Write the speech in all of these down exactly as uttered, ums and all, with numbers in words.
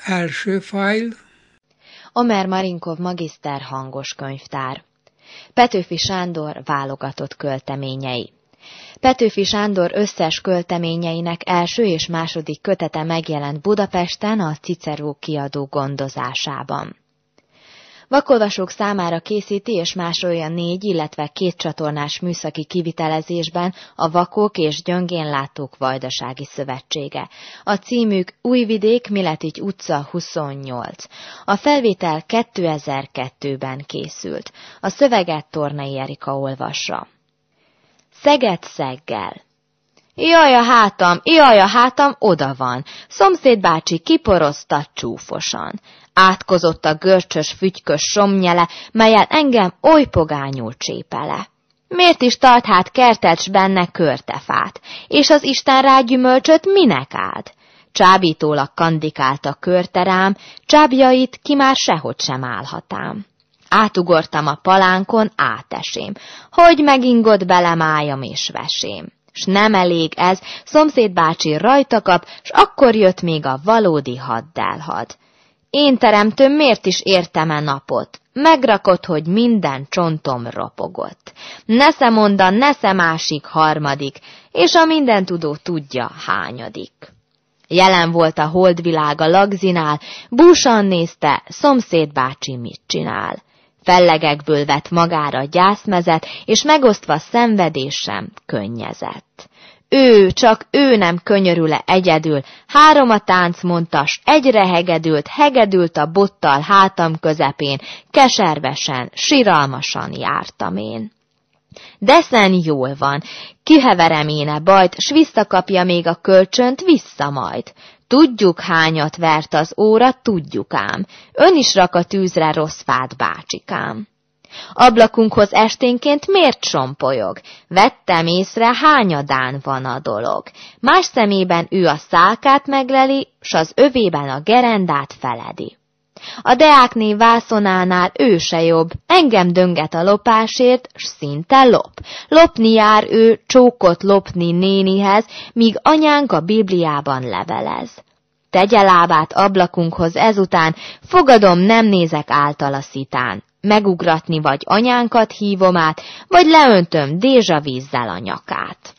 Első fájl. Omer Marinkov magiszter hangos könyvtár. Petőfi Sándor válogatott költeményei. Petőfi Sándor összes költeményeinek első és második kötete megjelent Budapesten a Cicero kiadó gondozásában. Vakolvasók számára készíti és másolja négy, illetve két csatornás műszaki kivitelezésben a Vakok és Gyöngénlátók Vajdasági Szövetsége. A címük Újvidék, Miletigy utca huszonnyolc. A felvétel kétezer-kettőben készült. A szöveget Tornai Erika olvassa. Szeged szeggel. Jaj a hátam, jaj a hátam, oda van. Szomszéd bácsi kiporozta csúfosan. Átkozott a görcsös, fügykös somnyele, melyen engem oly pogányul csépele. Miért is tart hát kertet s benne körtefát, és az Isten rá gyümölcsöt minek áld? Csábítólag kandikált a körte rám, csábjait ki már sehogy sem állhatám. Átugortam a palánkon, átesém, hogy megingott bele májam és vesém. S nem elég ez, szomszéd bácsi rajta kap, s akkor jött még a valódi haddelhad. Én teremtőm miért is értem-e napot? Megrakott, hogy minden csontom ropogott. Nesze monda, nesze másik harmadik, és a mindentudó tudja hányadik. Jelen volt a holdvilág a lagzinál, búsan nézte, szomszéd bácsi mit csinál. Fellegekből vett magára gyászmezet, és megosztva szenvedésem könnyezett. Ő, csak ő nem könyörül-e egyedül, három a tánc mondtas, egyre hegedült, hegedült a bottal hátam közepén, keservesen, siralmasan jártam én. Deszen jól van, kiheverem éne bajt, s visszakapja még a kölcsönt, vissza majd. Tudjuk, hányat vert az óra, tudjuk ám, ön is rak a tűzre rossz fát, bácsikám. Ablakunkhoz esténként miért sompolyog? Vettem észre, hányadán van a dolog. Más szemében ő a szálkát megleli, s az övében a gerendát feledi. A deákné vászonánál ő se jobb, engem dönget a lopásért, s szinte lop. Lopni jár ő, csókot lopni nénihez, míg anyánk a Bibliában levelez. Tegye lábát ablakunkhoz ezután, fogadom, nem nézek általa szitán. Megugratni vagy anyánkat hívom át, vagy leöntöm dézsavízzel a nyakát.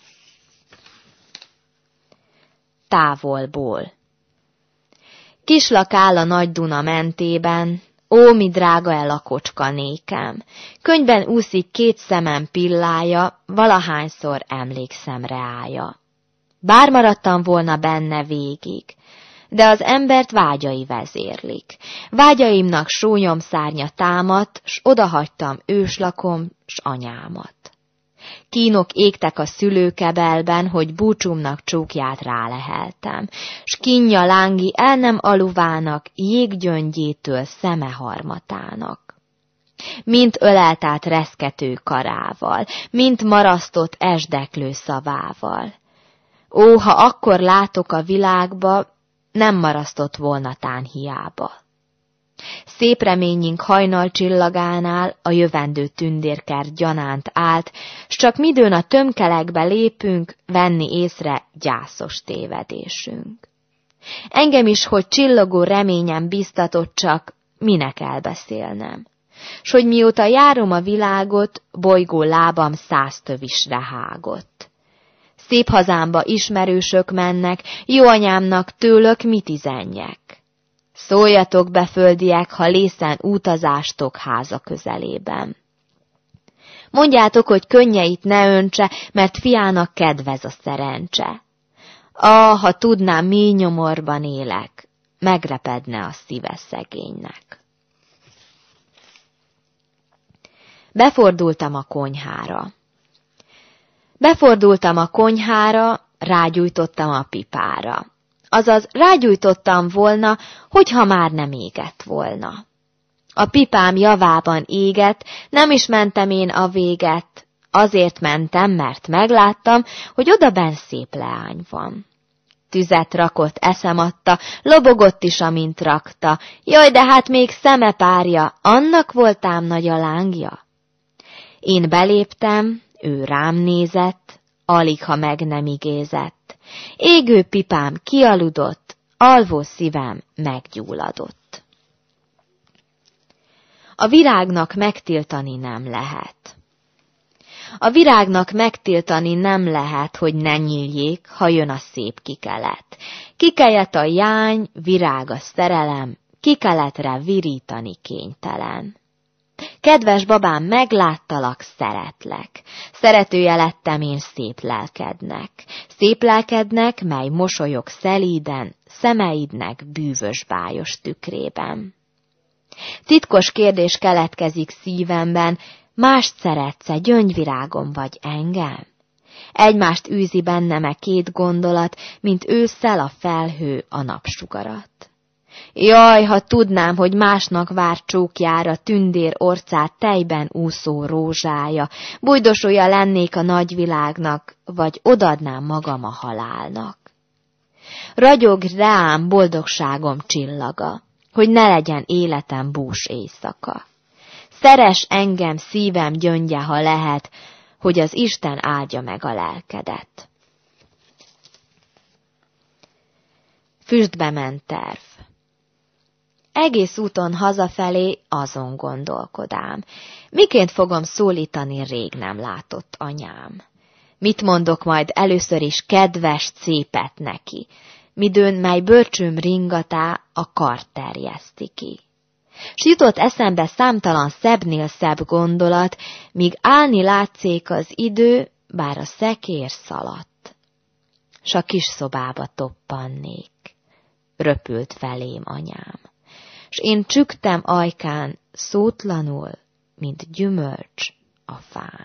Távolból. Kislak áll a Nagy Duna mentében, ó, mi drága el a kocska nékem. Könyvben úszik két szemem pillája, valahányszor emlékszem reája. Bár maradtam volna benne végig, de az embert vágyai vezérlik. Vágyaimnak sólyom szárnya támadt, s odahagytam őslakom, s anyámat. Kínok égtek a szülőkebelben, hogy búcsúmnak csókját ráleheltem, s kínja lángi el nem aluvának, jéggyöngyétől szeme harmatának. Mint ölelt át reszkető karával, mint marasztott esdeklő szavával. Ó, ha akkor látok a világba, nem marasztott volna tán hiába. Szép reményünk hajnal csillagánál a jövendő tündérkert gyanánt állt, s csak midőn a tömkelekbe lépünk, venni észre gyászos tévedésünk. Engem is, hogy csillogó reményem biztatott, csak minek elbeszélnem, s hogy mióta járom a világot, bolygó lábam száz tövisre hágott. Szép hazámba ismerősök mennek, jó anyámnak tőlök mit izenjek? Szóljatok be, földiek, ha lészen utazástok háza közelében. Mondjátok, hogy könnyeit ne öntse, mert fiának kedvez a szerencse. Ah, ha tudnám, mély nyomorban élek, megrepedne a szíve szegénynek. Befordultam a konyhára. Befordultam a konyhára, rágyújtottam a pipára. Azaz rágyújtottam volna, hogyha már nem égett volna. A pipám javában égett, nem is mentem én a véget, azért mentem, mert megláttam, hogy odabenn szép leány van. Tüzet rakott, eszem adta, lobogott is, amint rakta, jaj, de hát még szeme párja, annak voltám nagy a lángja. Én beléptem, ő rám nézett, alig ha meg nem igézett. Égő pipám kialudott, alvó szívem meggyulladott. A virágnak megtiltani nem lehet. A virágnak megtiltani nem lehet, hogy ne nyíljék, ha jön a szép kikelet. Kikelet a jány, virág a szerelem, kikeletre virítani kénytelen. Kedves babám, megláttalak, szeretlek. Szeretője lettem én szép lelkednek. Szép lelkednek, mely mosolyog szelíden, szemeidnek bűvös bájos tükrében. Titkos kérdés keletkezik szívemben, mást szeretsz-e, gyöngyvirágom vagy engem? Egymást űzi bennem e két gondolat, mint ősszel a felhő a napsugarat. Jaj, ha tudnám, hogy másnak vár csókjára tündér orcát tejben úszó rózsája, bújdosója lennék a nagyvilágnak, vagy odadnám magam a halálnak. Ragyog rám boldogságom csillaga, hogy ne legyen életem bús éjszaka. Szeress engem szívem gyöngye, ha lehet, hogy az Isten áldja meg a lelkedet. Füstbe ment terv. Egész úton hazafelé azon gondolkodám. Miként fogom szólítani rég nem látott anyám? Mit mondok majd először is kedves cépet neki, midőn mely bölcsőm ringatá a kart terjeszti ki. S jutott eszembe számtalan szebbnél szebb gondolat, míg állni látszék az idő, bár a szekér szaladt. S a kis szobába toppannék, röpült felém anyám. S én csügtem ajkán szótlanul, mint gyümölcs a fán.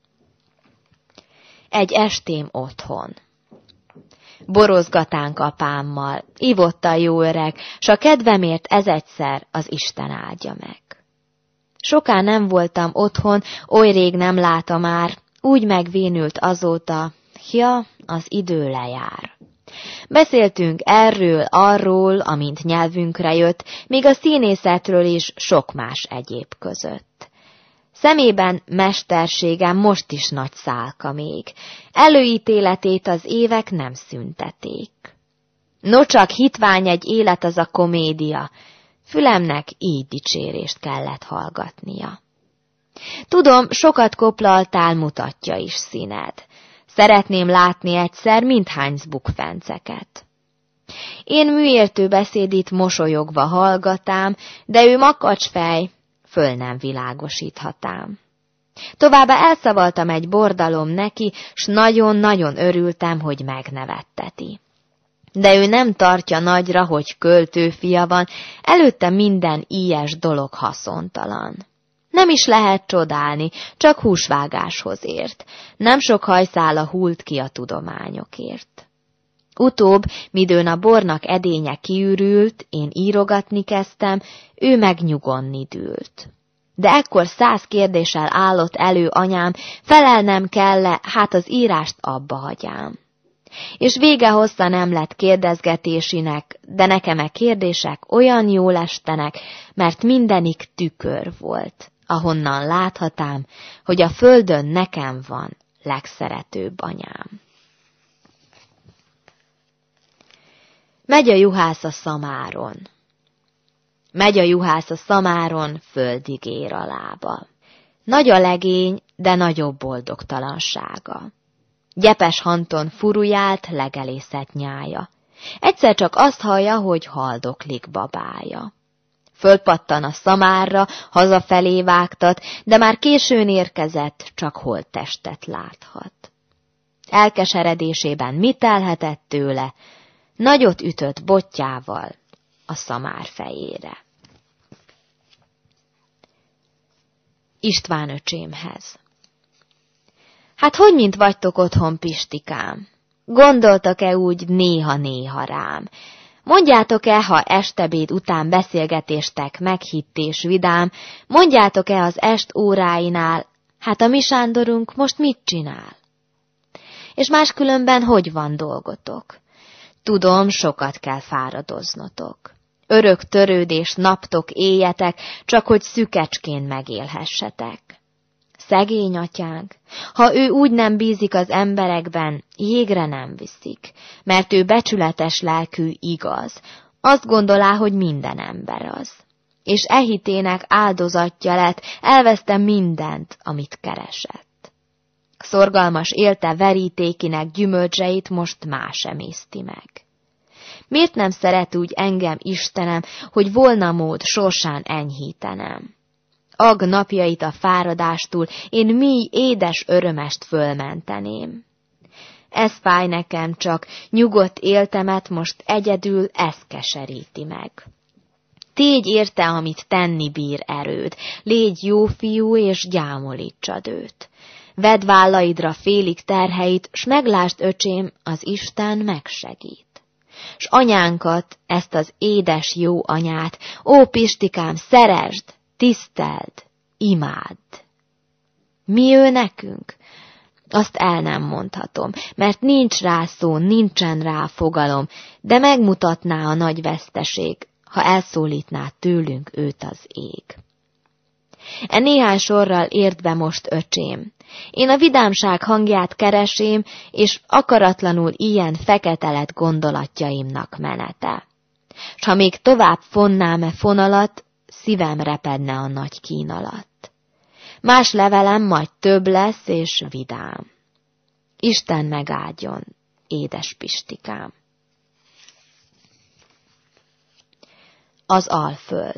Egy estém otthon. Borozgatánk apámmal, ivott a jó öreg, s a kedvemért ez egyszer az Isten áldja meg. Soká nem voltam otthon, oly rég nem látta már, úgy megvénült azóta, ja, az idő lejár. Beszéltünk erről, arról, amint nyelvünkre jött, még a színészetről is sok más egyéb között. Szemében mesterségem most is nagy szálka még, előítéletét az évek nem szünteték. No csak hitvány egy élet az a komédia, fülemnek így dicsérést kellett hallgatnia. Tudom, sokat koplaltál, mutatja is színed. Szeretném látni egyszer mindhány bukfenceket. Én műértő beszédit mosolyogva hallgatám, de ő makacsfej, föl nem világosíthatám. Továbbá elszavaltam egy bordalom neki, s nagyon-nagyon örültem, hogy megnevetteti. De ő nem tartja nagyra, hogy költőfia van, előtte minden ilyes dolog haszontalan. Nem is lehet csodálni, csak húsvágáshoz ért. Nem sok hajszála hult ki a tudományokért. Utóbb, midőn a bornak edénye kiürült, én írogatni kezdtem, ő meg nyugonni dűlt. De ekkor száz kérdéssel állott elő anyám, felelnem kell-e, hát az írást abba hagyám. És vége hossza nem lett kérdezgetésinek, de nekem e kérdések olyan jól estenek, mert mindenik tükör volt, ahonnan láthatám, hogy a földön nekem van legszeretőbb anyám. Megy a juhász a szamáron. Megy a juhász a szamáron, földig ér a lába. Nagy a legény, de nagyobb boldogtalansága. Gyepes hanton furujált, legelészett nyája. Egyszer csak azt hallja, hogy haldoklik babája. Fölpattan a szamárra, hazafelé vágtat, de már későn érkezett, csak holttestet láthat. Elkeseredésében mit telhetett tőle? Nagyot ütött bottyával a szamár fejére. István öcsémhez. Hát hogy mint vagytok otthon, Pistikám? Gondoltak-e úgy néha-néha rám? Mondjátok-e, ha estebéd után beszélgetéstek meghitt és vidám, mondjátok-e az est óráinál, hát a mi Sándorunk most mit csinál? És máskülönben hogy van dolgotok? Tudom, sokat kell fáradoznotok. Örök törődés naptok, éjetek, csak hogy szükecskén megélhessetek. Szegény atyánk, ha ő úgy nem bízik az emberekben, jégre nem viszik, mert ő becsületes lelkű, igaz, azt gondolá, hogy minden ember az. És e hitének áldozatja lett, elveszte mindent, amit keresett. Szorgalmas élte verítékinek gyümölcseit most más emészti meg. Miért nem szeret úgy engem, Istenem, hogy volna mód sorsán enyhítenem? Ag napjait a fáradástól, én mély édes örömest fölmenteném. Ez fáj nekem csak, nyugodt éltemet most egyedül ez keseríti meg. Tégy érte, amit tenni bír erőd, légy jó fiú és gyámolítsad őt. Vedd vállaidra félig terheit, s meglásd, öcsém, az Isten megsegít. S anyánkat, ezt az édes jó anyát, ó Pistikám, szeresd, tiszteld, imádd. Mi ő nekünk? Azt el nem mondhatom, mert nincs rá szó, nincsen rá fogalom, de megmutatná a nagy veszteség, ha elszólítná tőlünk őt az ég. E néhány sorral ért be most, öcsém. Én a vidámság hangját keresém, és akaratlanul ilyen fekete lett gondolatjaimnak menete. S ha még tovább fonnám-e fonalat, szívem repedne a nagy kín alatt. Más levelem majd több lesz, és vidám. Isten megáldjon, édes Pistikám. Az Alföld.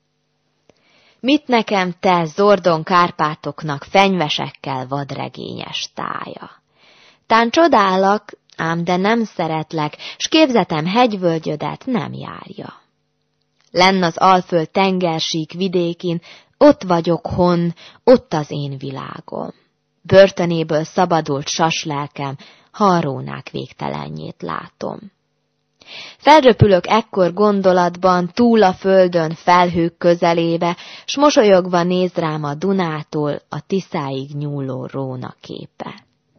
Mit nekem te, zordon Kárpátoknak fenyvesekkel vadregényes tája? Tán csodálak, ám de nem szeretlek, s képzetem hegyvölgyödet nem járja. Lenn az Alföld tengersík vidékin, ott vagyok hon, ott az én világom. Börtönéből szabadult saslelkem, harrónák végtelenjét látom. Felröpülök ekkor gondolatban túl a földön felhők közelébe, s mosolyogva néz rám a Dunától a Tiszáig nyúló Róna képe.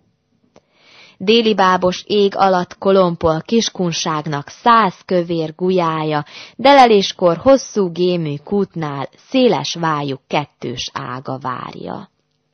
Déli bábos ég alatt kolompol kiskunságnak száz kövér gulyája, deleléskor hosszú gémű kútnál széles vájú kettős ága várja.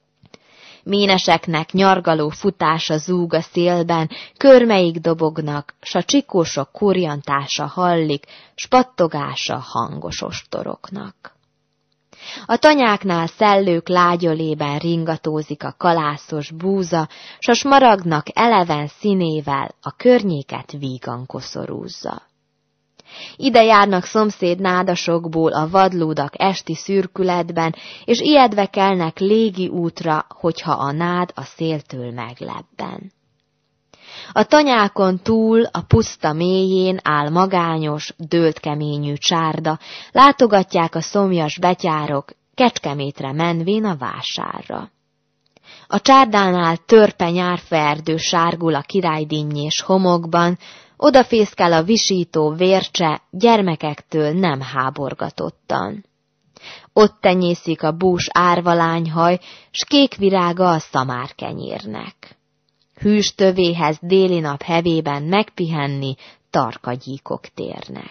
Méneseknek nyargaló futása zúg a szélben, körmeik dobognak, s a csikósok kurjantása hallik, s pattogása hangos ostoroknak. A tanyáknál szellők lágyölében ringatózik a kalászos búza, s a smaragdnak eleven színével a környéket vígan koszorúzza. Ide járnak szomszéd nádasokból a vadlódak esti szürkületben, és ijedve kelnek légi útra, hogyha a nád a széltől meglebben. A tanyákon túl, a puszta mélyén áll magányos, dőlt keményű csárda, látogatják a szomjas betyárok, Kecskemétre menvén a vásárra. A csárdánál törpe nyárfaerdő sárgul a királydinnyés homokban, odafészkel a visító vércse, gyermekektől nem háborgatottan. Ott tenyészik a bús árvalányhaj, s kék virága a szamárkenyérnek. Hűs tövéhez déli nap hevében megpihenni tarkagyíkok térnek.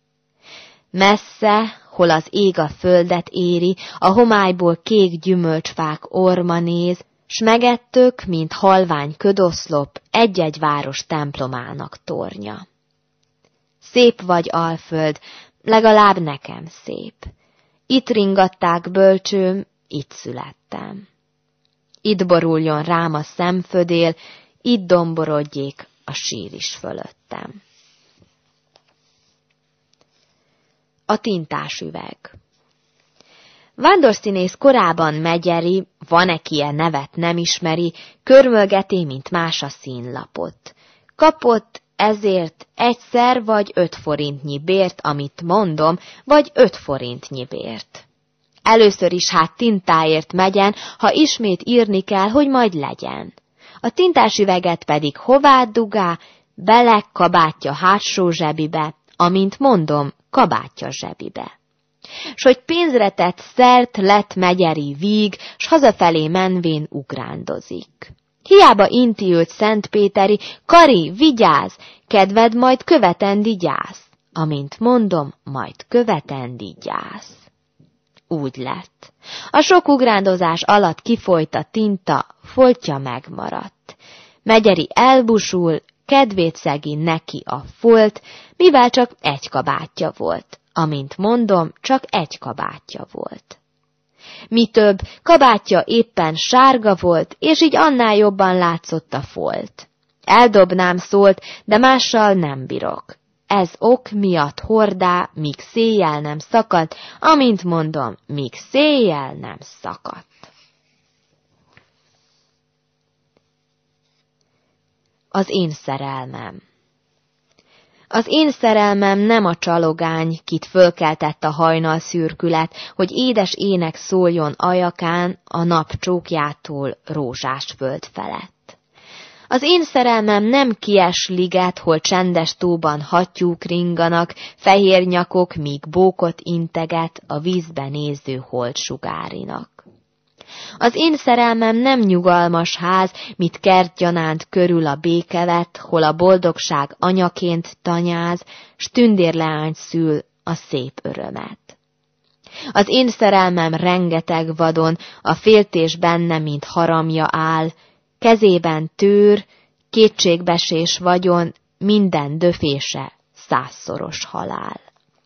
Messze, hol az ég a földet éri, a homályból kék gyümölcsfák orma néz, s megettök, mint halvány ködoszlop, egy-egy város templomának tornya. Szép vagy, Alföld, legalább nekem szép. Itt ringatták bölcsőm, itt születtem. Itt boruljon rám a szemfödél, itt domborodjék a sír is fölöttem. A tintásüveg. Vándorszínész korában megyeri, van-e ilyen nevet nem ismeri, körmölgeti, mint más a színlapot. Kapott ezért egyszer vagy öt forintnyi bért, amit mondom, vagy öt forintnyi bért. Először is hát tintáért megyen, ha ismét írni kell, hogy majd legyen. A tintásüveget pedig hová dugá, bele kabátja hátsó zsebibe, amint mondom, kabátja zsebibe. S hogy pénzre tett szert lett megyeri víg, s hazafelé menvén ugrándozik. Hiába inti őt Szentpéteri, Kari, vigyázz, kedved majd követendi gyász, amint mondom, majd követendi gyász. úgy lett. A sok ugrándozás alatt kifolyt a tinta, foltja megmaradt. Megyeri elbusul, kedvét szegi neki a folt, mivel csak egy kabátja volt. Amint mondom, csak egy kabátja volt. Mi több, kabátja éppen sárga volt, és így annál jobban látszott a folt. Eldobnám szólt, de mással nem bírok. Ez ok miatt hordá, míg széjjel nem szakadt, amint mondom, míg széjjel nem szakadt. Az én szerelmem. Az én szerelmem nem a csalogány, kit fölkeltett a hajnal szürkület, hogy édes ének szóljon ajakán a nap csókjától rózsás föld felett. Az én szerelmem nem kies liget, hol csendes tóban hattyúk ringanak, fehér nyakok, míg bókot integet a vízbe néző holdsugárinak. Az én szerelmem nem nyugalmas ház, mit kertgyanánt körül a békevet, hol a boldogság anyaként tanyáz, s tündérleányt szül a szép örömet. Az én szerelmem rengeteg vadon, a féltés benne, mint haramja áll, kezében tőr, kétségbesés vagyon, minden döfése százszoros halál.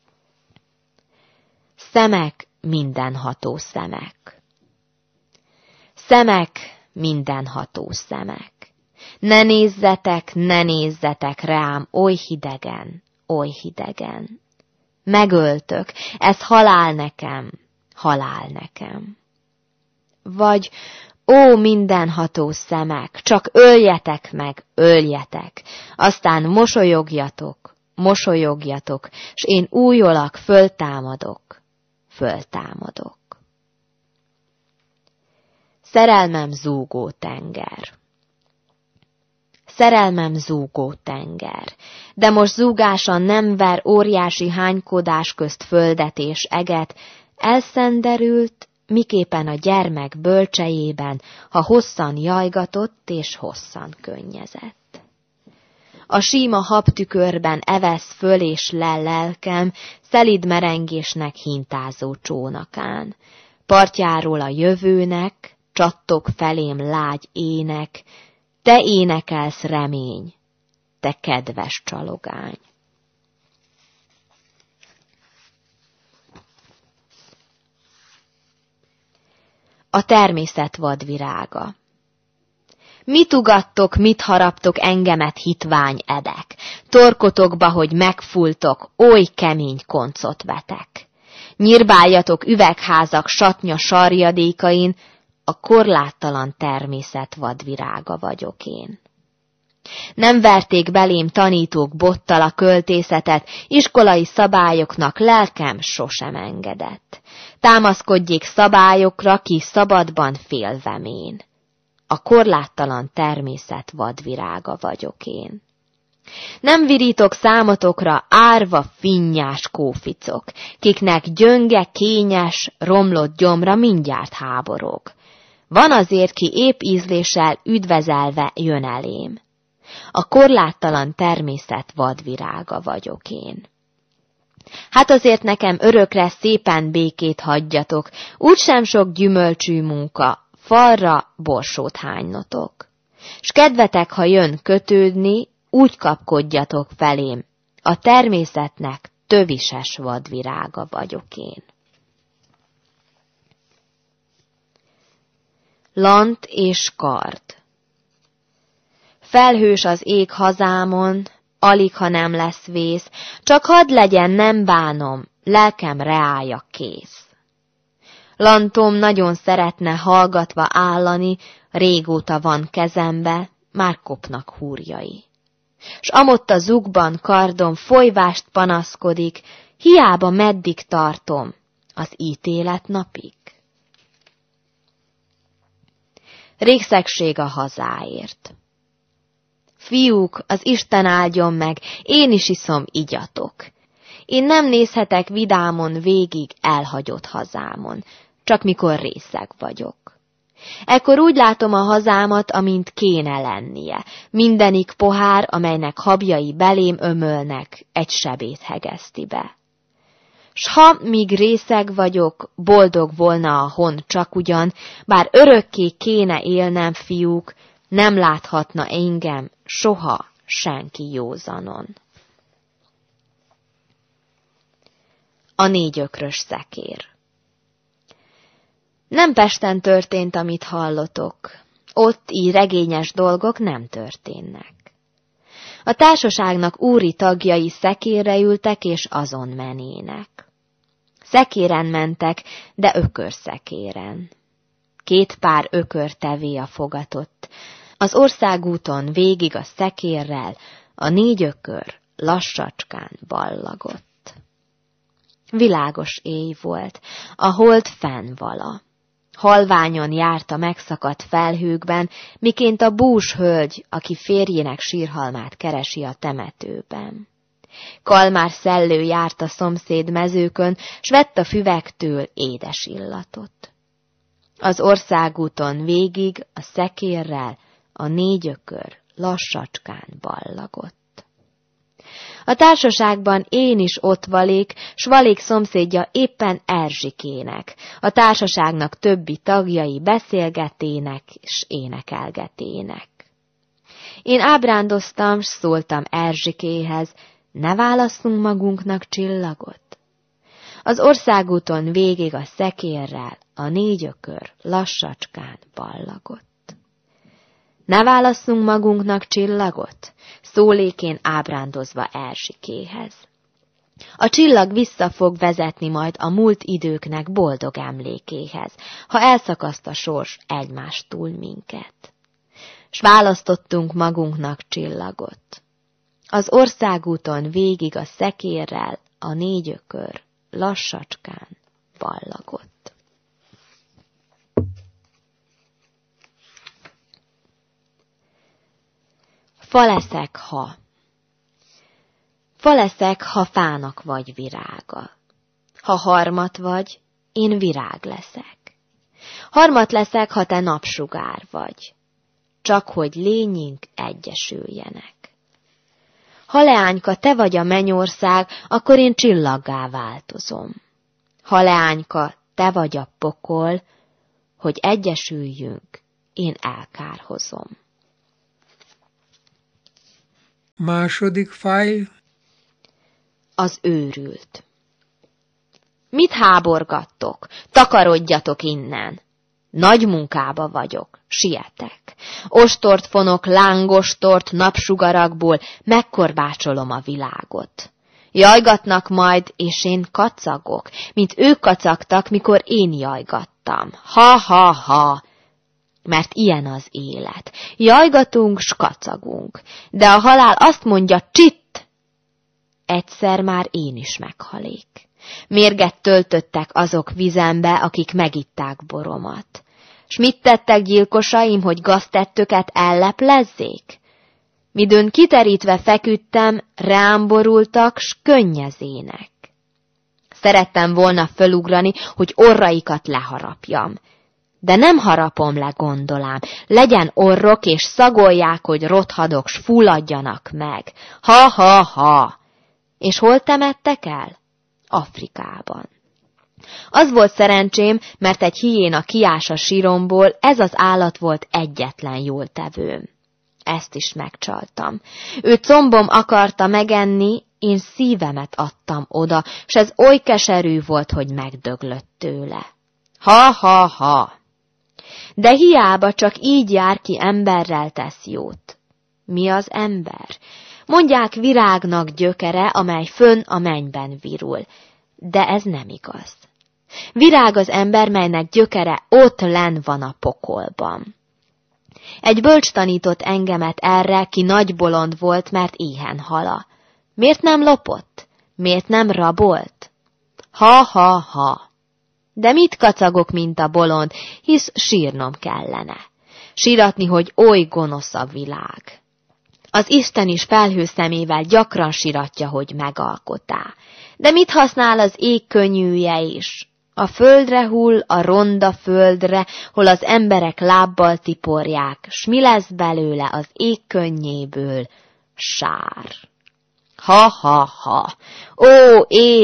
Szemek, mindenható szemek. Szemek, mindenható szemek. Ne nézzetek, ne nézzetek rám, oly hidegen, oly hidegen. Megöltök, ez halál nekem, halál nekem. Vagy, ó, mindenható szemek, csak öljetek meg, öljetek, aztán mosolyogjatok, mosolyogjatok, s én újolak föltámadok, föltámadok. Szerelmem zúgó tenger. Szerelmem zúgó tenger, de most zúgása nem ver óriási hánykodás közt földet és eget, elszenderült, miképpen a gyermek bölcsejében, ha hosszan jajgatott és hosszan könnyezett. A síma habtükörben evesz föl és le lelkem, szelíd merengésnek hintázó csónakán. Partjáról a jövőnek, csattog felém lágy ének, te énekelsz remény, te kedves csalogány. A természet vadvirága. Mit ugattok, mit haraptok engemet hitvány edek? Torkotokba, hogy megfultok, oly kemény koncot vetek. Nyírbáljatok üvegházak satnya sarjadékain, a korláttalan természet vadvirága vagyok én. Nem verték belém tanítók bottal a költészetet, iskolai szabályoknak lelkem sosem engedett. Támaszkodjék szabályokra, ki szabadban félvemén. A korláttalan természet vadvirága vagyok én. Nem virítok számotokra árva finnyás kóficok, kiknek gyönge, kényes, romlott gyomra mindjárt háborog. Van azért, ki épp ízléssel üdvezelve jön elém. A korláttalan természet vadvirága vagyok én. Hát azért nekem örökre szépen békét hagyjatok, úgysem sok gyümölcsű munka, falra borsót hánynotok. S kedvetek, ha jön kötődni, úgy kapkodjatok felém, a természetnek tövises vadvirága vagyok én. Lant és kard. Felhős az ég hazámon, alig ha nem lesz vész, csak hadd legyen, nem bánom, lelkem reája kész. Lantom nagyon szeretne hallgatva állani, régóta van kezembe, már kopnak húrjai. S amott a zugban kardom folyvást panaszkodik, hiába meddig tartom, az ítélet napig. Régszegség a hazáért. Fiúk, az Isten áldjon meg, én is iszom, igyatok. Én nem nézhetek vidámon végig elhagyott hazámon, csak mikor részeg vagyok. Ekkor úgy látom a hazámat, amint kéne lennie. Mindenik pohár, amelynek habjai belém ömölnek, egy sebét hegeszti be. S ha míg részeg vagyok, boldog volna a hon csak ugyan, bár örökké kéne élnem, fiúk, nem láthatna engem soha senki józanon. A négyökrös szekér. Nem Pesten történt, amit hallotok. Ott így regényes dolgok nem történnek. A társaságnak úri tagjai szekérre ültek, és azon menének. Szekéren mentek, de ökörszekéren. Két pár ökör tevéja fogatott. Az országúton végig a szekérrel a négy ökör lassacskán ballagott. Világos éj volt, a hold fenn vala. Halványon járt a megszakadt felhőkben, miként a bús hölgy, aki férjének sírhalmát keresi a temetőben. Kalmár szellő járt a szomszéd mezőkön, s vett a füvektől édes illatot. Az országúton végig a szekérrel a négy ökör lassacskán ballagott. A társaságban én is ott valék, s valék szomszédja éppen Erzsikének. A társaságnak többi tagjai beszélgetének és énekelgetének. Én ábrándoztam, s szóltam Erzsikéhez, ne válasszunk magunknak csillagot. Az országúton végig a szekérrel a négy ökör lassacskán ballagott. Ne válasszunk magunknak csillagot? Szólékén ábrándozva Erzsikéhez. A csillag vissza fog vezetni majd a múlt időknek boldog emlékéhez, ha elszakaszt a sors egymástól minket. S választottunk magunknak csillagot. Az országúton végig a szekérrel a négy ökör lassacskán ballagott. Fa leszek, ha. Fa leszek, ha fának vagy virága. Ha harmat vagy, én virág leszek. Harmat leszek, ha te napsugár vagy. Csak hogy lényünk egyesüljenek. Ha leányka, te vagy a mennyország, akkor én csillaggá változom. Ha leányka, te vagy a pokol, hogy egyesüljünk, én elkárhozom. Második fáj. Az őrült. Mit háborgattok? Takarodjatok innen! Nagy munkába vagyok, sietek. Ostort fonok, lángostort napsugarakból, megkorbácsolom a világot. Jajgatnak majd, és én kacagok, mint ők kacagtak, mikor én jajgattam. Ha-ha-ha! Mert ilyen az élet. Jajgatunk, s kacagunk. De a halál azt mondja, csitt! Egyszer már én is meghalék. Mérget töltöttek azok vizembe, akik megitták boromat. S mit tettek gyilkosaim, hogy gaztettöket elleplezzék? Midőn kiterítve feküdtem, rám borultak, s könnyezének. Szerettem volna fölugrani, hogy orraikat leharapjam. De nem harapom le, gondolám, legyen orrok, és szagolják, hogy rothadok, s fulladjanak meg. Ha-ha-ha! És hol temettek el? Afrikában. Az volt szerencsém, mert egy hiéna kiás a síromból, ez az állat volt egyetlen jól tevőm. Ezt is megcsaltam. Ő combom akarta megenni, én szívemet adtam oda, s ez oly keserű volt, hogy megdöglött tőle. Ha-ha-ha! De hiába csak így jár ki, emberrel tesz jót. Mi az ember? Mondják virágnak gyökere, amely fönn a mennyben virul. De ez nem igaz. Virág az ember, melynek gyökere ott lenn van a pokolban. Egy bölcs tanított engemet erre, ki nagy bolond volt, mert éhen hala. Miért nem lopott? Miért nem rabolt? Ha-ha-ha! De mit kacagok, mint a bolond, hisz sírnom kellene. Síratni, hogy oly gonosz a világ. Az Isten is felhő szemével gyakran siratja, hogy megalkotá. De mit használ az ég könnyűje is? A földre hull, a ronda földre, hol az emberek lábbal tiporják, s mi lesz belőle az ég könnyéből? Sár. Ha-ha-ha! Ó, ég,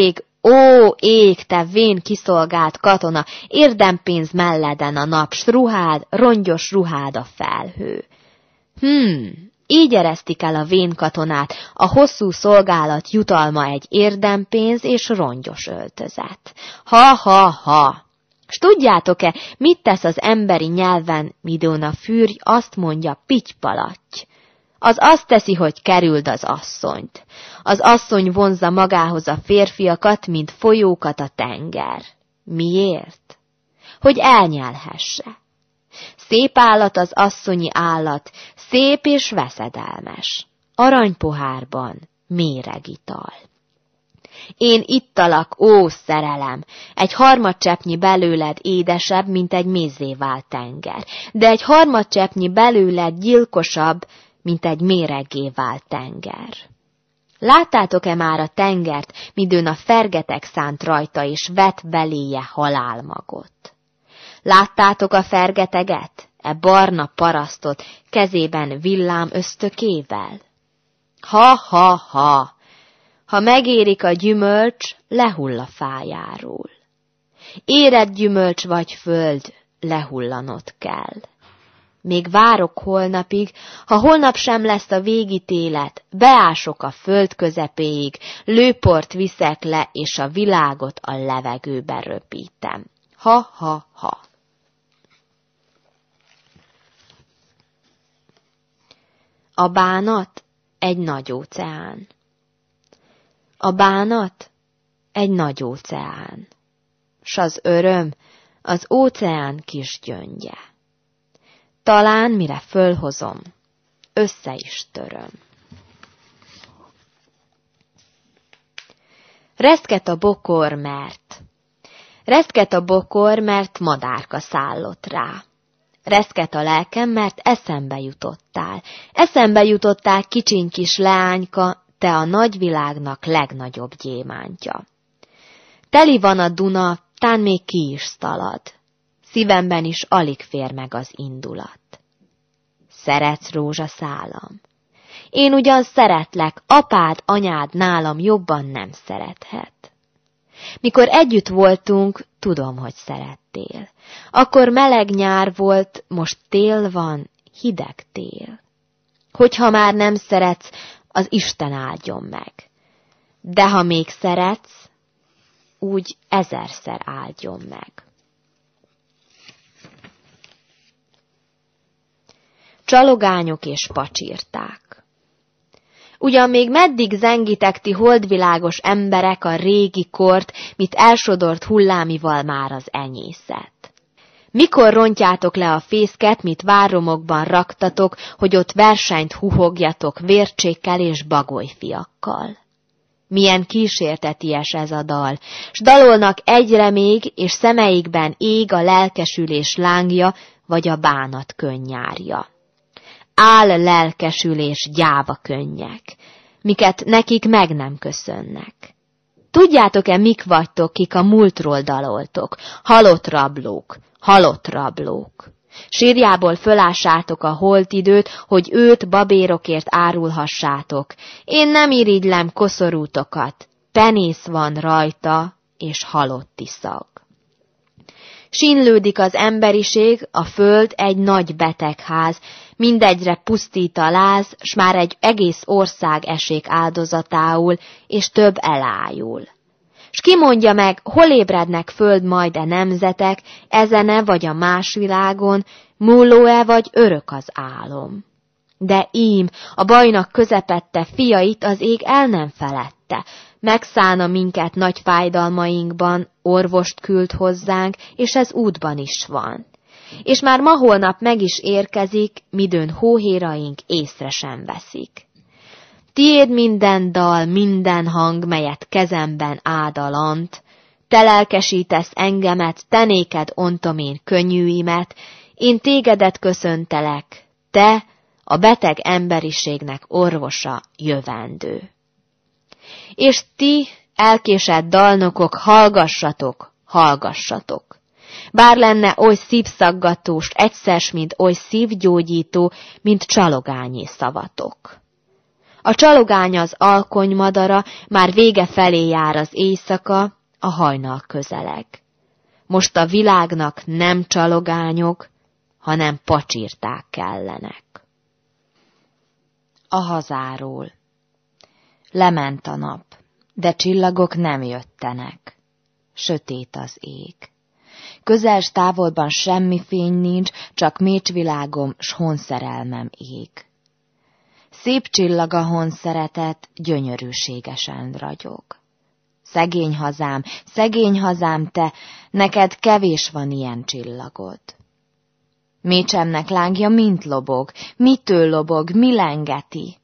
Ó, ég, te vén kiszolgált katona, érdempénz melleden a nap, s ruhád, rongyos ruhád a felhő. Hmm, így eresztik el a vén katonát, a hosszú szolgálat jutalma egy érdempénz és rongyos öltözet. Ha-ha-ha! S tudjátok-e, mit tesz az emberi nyelven, midőn a fűrj azt mondja pitypalatty? Az azt teszi, hogy kerüld az asszonyt. Az asszony vonzza magához a férfiakat, mint folyókat a tenger. Miért? Hogy elnyelhesse. Szép állat az asszonyi állat, szép és veszedelmes. Aranypohárban méregital. Én ittalak, ó szerelem, egy harmadcseppnyi belőled édesebb, mint egy mézzé vált tenger, de egy harmadcseppnyi belőled gyilkosabb, mint egy méreggé vált tenger. Láttátok-e már a tengert, midőn a fergetek szánt rajta, és vet beléje halálmagot? Láttátok a fergeteget, e barna parasztot, kezében villám ösztökével? Ha-ha-ha! Ha megérik a gyümölcs, lehull a fájáról. Érett gyümölcs vagy föld, lehullanod kell. Még várok holnapig, ha holnap sem lesz a végítélet, beások a föld közepéig, lőport viszek le, és a világot a levegőbe röpítem. Ha-ha-ha. A bánat egy nagy óceán. A bánat egy nagy óceán, s az öröm az óceán kis gyöngye. Talán mire fölhozom, össze is töröm. Reszket a bokor, mert... Reszket a bokor, mert madárka szállott rá. Reszket a lelkem, mert eszembe jutottál. Eszembe jutottál, kicsiny kis leányka, te a nagyvilágnak legnagyobb gyémántja. Teli van a Duna, tán még ki is szalad. Szívemben is alig fér meg az indulat. Szeretsz, rózsaszálam? Én ugyan szeretlek, apád, anyád nálam jobban nem szerethet. Mikor együtt voltunk, tudom, hogy szerettél. Akkor meleg nyár volt, most tél van, hideg tél. Hogyha már nem szeretsz, az Isten áldjon meg. De ha még szeretsz, úgy ezerszer áldjon meg. Csalogányok és pacsirták. Ugyan még meddig zengitek ti holdvilágos emberek a régi kort, mit elsodort hullámival már az enyészet? Mikor rontjátok le a fészket, mit váromokban raktatok, hogy ott versenyt huhogjatok vércsékkel és bagolyfiakkal? Milyen kísérteties ez a dal, s dalolnak egyre még, és szemeikben ég a lelkesülés lángja, vagy a bánat könnyárja. Áll lelkesülés gyáva könnyek, miket nekik meg nem köszönnek. Tudjátok-e, mik vagytok, kik a múltról daloltok? Halott rablók, halott rablók. Sírjából fölássátok a holtidőt, hogy őt babérokért árulhassátok. Én nem irigylem koszorútokat, penész van rajta, és halott iszag. Sínlődik az emberiség, a föld egy nagy betegház, mindegyre pusztít a láz, s már egy egész ország esék áldozatául, és több elájul. S ki mondja meg, hol ébrednek föld majd e nemzetek, ezene vagy a más világon, múló-e vagy örök az álom. De ím, a bajnak közepette fiait az ég el nem felette, megszállna minket nagy fájdalmainkban, orvost küld hozzánk, és ez útban is van. És már ma holnap meg is érkezik, midőn hóhéraink észre sem veszik. Tiéd minden dal, minden hang, melyet kezemben ádalant, te lelkesítesz engemet, te néked ontom én könnyűimet, én tégedet köszöntelek, te, a beteg emberiségnek orvosa, jövendő. És ti, elkésett dalnokok, hallgassatok, hallgassatok. Bár lenne oly szívszaggatós, egyszer, mint oly szívgyógyító, mint csalogányi szavatok. A csalogány az alkonymadara, már vége felé jár az éjszaka, a hajnal közeleg. Most a világnak nem csalogányok, hanem pacsirták kellenek. A hazáról. Lement a nap, de csillagok nem jöttenek. Sötét az ég. Közel s távolban semmi fény nincs, csak mécsvilágom s honszerelmem ég. Szép csillag a honszeretet, gyönyörűségesen ragyog. Szegény hazám, szegény hazám te, neked kevés van ilyen csillagod. Mécsemnek lángja mint lobog, mitől lobog, mi lengeti?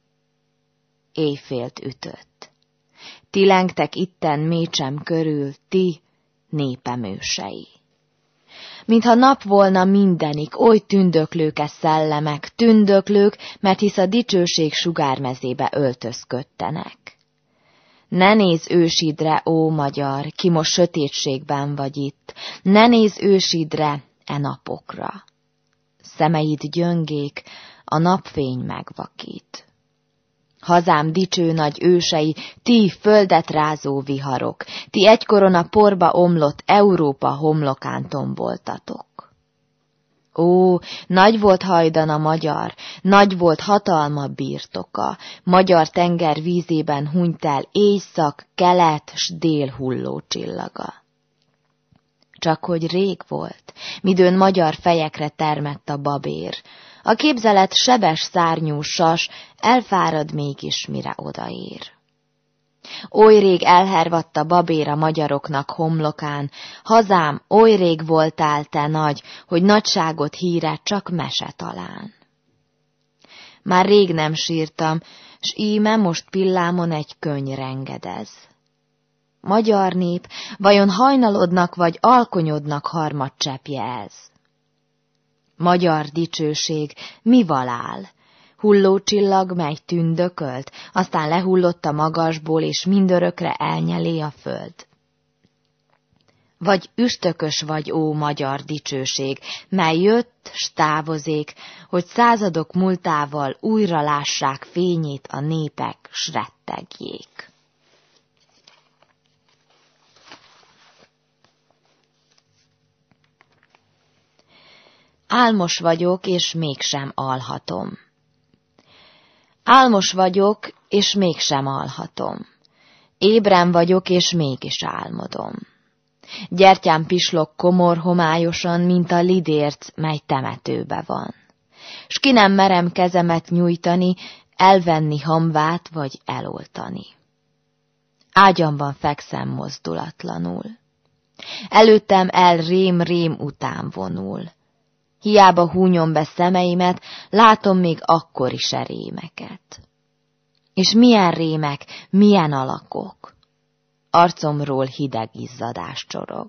Éjfélt ütött. Ti lengtek itten mécsem körül, ti népem ősei. Mintha nap volna mindenik, oly tündöklőke szellemek, tündöklők, mert hisz a dicsőség sugármezébe öltözködtenek. Ne nézz ősidre, ó magyar, ki most sötétségben vagy itt, ne nézz ősidre, e napokra. Szemeid gyöngék, a napfény megvakít. Hazám dicső nagy ősei, ti földet rázó viharok, ti egykoron a porba omlott Európa homlokán tomboltatok. Ó, nagy volt hajdan a magyar, nagy volt hatalma birtoka, magyar tenger vízében hunyt el éjszak, kelet s dél hulló csillaga. Csak hogy rég volt, midőn magyar fejekre termett a babér, a képzelet sebes szárnyú sas elfárad mégis, mire odaér. Oly rég elhervadt a babér a magyaroknak homlokán, hazám, oly rég voltál te nagy, hogy nagyságot híre csak mese talán. Már rég nem sírtam, s íme most pillámon egy könny rengedez. Magyar nép, vajon hajnalodnak vagy alkonyodnak harmadcseppje ez? Magyar dicsőség, mi valál? Hulló csillag, mely tündökölt, aztán lehullott a magasból, és mindörökre elnyelé a föld. Vagy üstökös vagy, ó magyar dicsőség, mely jött, s távozék, hogy századok múltával újra lássák fényét a népek, s rettegjék. Álmos vagyok, és mégsem alhatom. Álmos vagyok, és mégsem alhatom. Ébren vagyok, és mégis álmodom. Gyertyám pislog komor homályosan, mint a lidérc, mely temetőbe van. S ki nem merem kezemet nyújtani, elvenni hamvát, vagy eloltani. Ágyamban fekszem mozdulatlanul. Előttem el rém-rém után vonul. Hiába húnyom be szemeimet, látom még akkor is a rémeket. És milyen rémek, milyen alakok. Arcomról hideg izzadás csorog.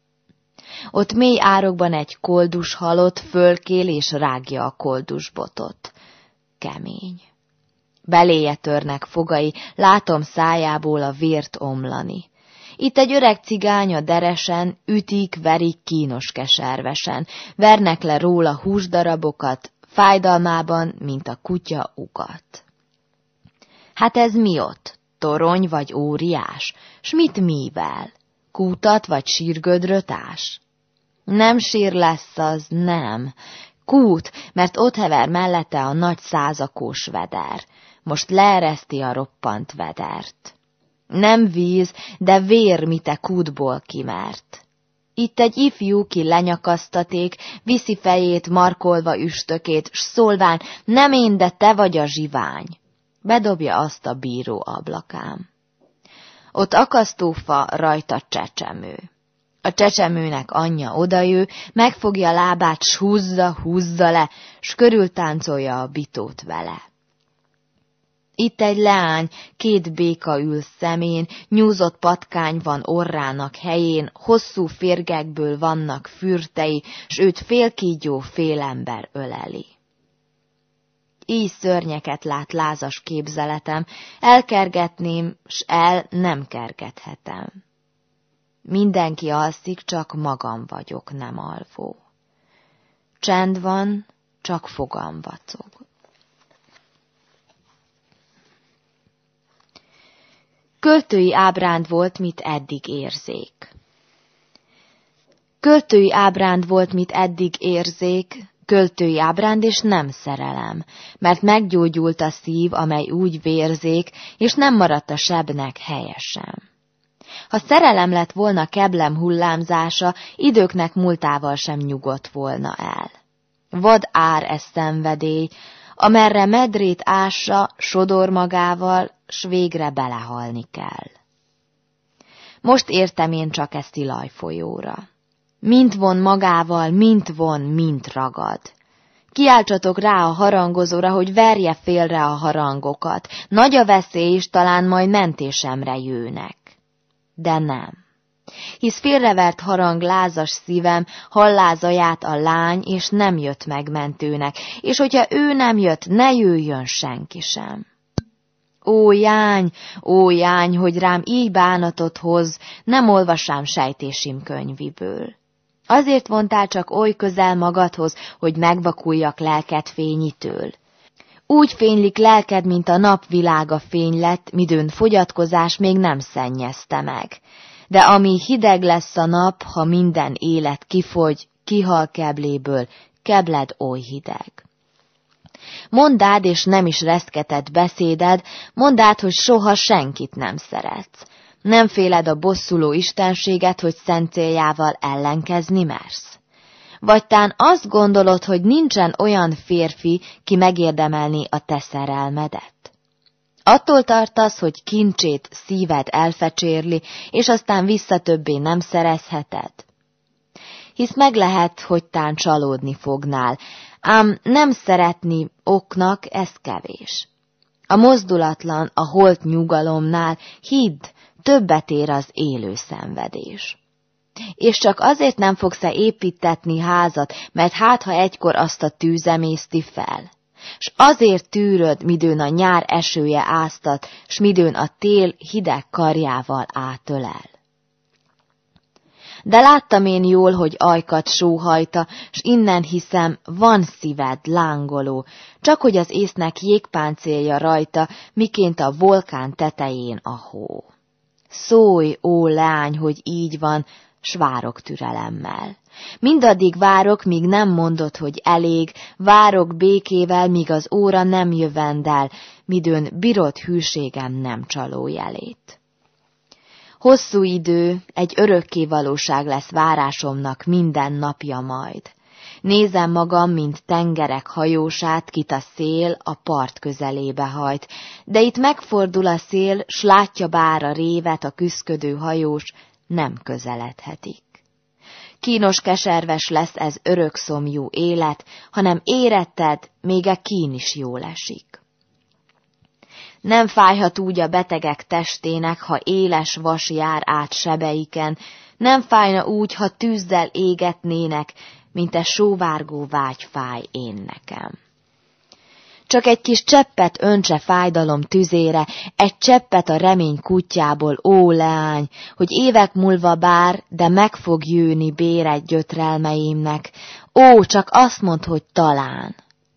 Ott mély árokban egy koldus halott fölkél és rágja a koldus botot. Kemény. Beléje törnek fogai, látom szájából a vért omlani. Itt egy öreg cigánya deresen, ütik, verik kínos keservesen, vernek le róla húsdarabokat, fájdalmában, mint a kutya ugat. Hát ez mi ott? Torony vagy óriás? S mit mível? Kútat vagy sírgödröt ás? Nem sír lesz az, nem. Kút, mert ott hever mellette a nagy százakós veder. Most leereszti a roppant vedert. Nem víz, de vér, mite kútból kimert. Itt egy ifjú, ki lenyakasztaték, viszi fejét, markolva üstökét, s szólván, nem én, de te vagy a zsivány. Bedobja azt a bíró ablakám. Ott akasztófa, rajta csecsemő. A csecsemőnek anyja odajő, megfogja lábát, s húzza, húzza le, s körültáncolja a bitót vele. Itt egy leány, két béka ül szemén, nyúzott patkány van orrának helyén, hosszú férgekből vannak fürtei, s őt félkígyó félember öleli. Így szörnyeket lát lázas képzeletem, elkergetném, s el nem kergethetem. Mindenki alszik, csak magam vagyok, nem alvó. Csend van, csak fogam vacog. Költői ábránd volt, mit eddig érzék. Költői ábránd volt, mit eddig érzék, költői ábránd és nem szerelem, mert meggyógyult a szív, amely úgy vérzék, és nem maradt a sebnek helyesen. Ha szerelem lett volna keblem hullámzása, időknek múltával sem nyugodt volna el. Vad ár ez szenvedély, amerre medrét ássa, sodor magával, s végre belehalni kell. Most értem én csak ezt Ilaj-folyóra. Mint von magával, mint von, mint ragad. Kiáltsatok rá a harangozóra, hogy verje félre a harangokat. Nagy a veszély is, talán majd mentésemre jönnek. De nem. Hisz félrevert harang lázas szívem, hallázaját a lány, és nem jött meg mentőnek, és hogyha ő nem jött, ne jöjjön senki sem. Ó, jány, ó, jány, hogy rám így bánatot hoz, nem olvasám sejtésim könyviből. Azért vontál csak oly közel magadhoz, hogy megvakuljak lelked fényitől. Úgy fénylik lelked, mint a napvilága fény lett, midőn fogyatkozás még nem szennyezte meg. De ami hideg lesz a nap, ha minden élet kifogy, kihal kebléből, kebled oly hideg. Mondd és nem is reszketett beszéded, mondd át, hogy soha senkit nem szeretsz. Nem féled a bosszuló istenséget, hogy szent céljával ellenkezni mersz? Vagy tán azt gondolod, hogy nincsen olyan férfi, ki megérdemelné a te szerelmedet? Attól tartasz, hogy kincsét szíved elfecsérli, és aztán visszatöbbé nem szerezheted? Hisz meg lehet, hogy tán csalódni fognál, ám nem szeretni oknak ez kevés. A mozdulatlan, a holt nyugalomnál hidd, többet ér az élő szenvedés. És csak azért nem fogsz-e építetni házat, mert hát, ha egykor azt a tűz emészti fel. S azért tűröd, midőn a nyár esője áztat, s midőn a tél hideg karjával átölel. De láttam én jól, hogy ajkat sóhajta, s innen hiszem, van szíved lángoló, csak hogy az észnek jégpáncélja rajta, miként a vulkán tetején a hó. Szólj, ó lány, hogy így van, s várok türelemmel. Mindaddig várok, míg nem mondod, hogy elég, várok békével, míg az óra nem jövendel, midőn bírod hűségem nem csaló jelét. Hosszú idő, egy örökké valóság lesz várásomnak minden napja majd. Nézem magam, mint tengerek hajósát, kit a szél a part közelébe hajt, de itt megfordul a szél, s látja bár a révet, a küszködő hajós nem közeledhetik. Kínos keserves lesz ez örökszomjú élet, hanem éretted, még a kín is jól esik. Nem fájhat úgy a betegek testének, ha éles vas jár át sebeiken, nem fájna úgy, ha tűzzel égetnének, mint e sóvárgó vágy fáj én nekem. Csak egy kis cseppet öntse fájdalom tüzére, egy cseppet a remény kutyából, ó leány, hogy évek múlva bár, de meg fog jönni béred gyötrelmeimnek. Ó, csak azt mondd, hogy talán.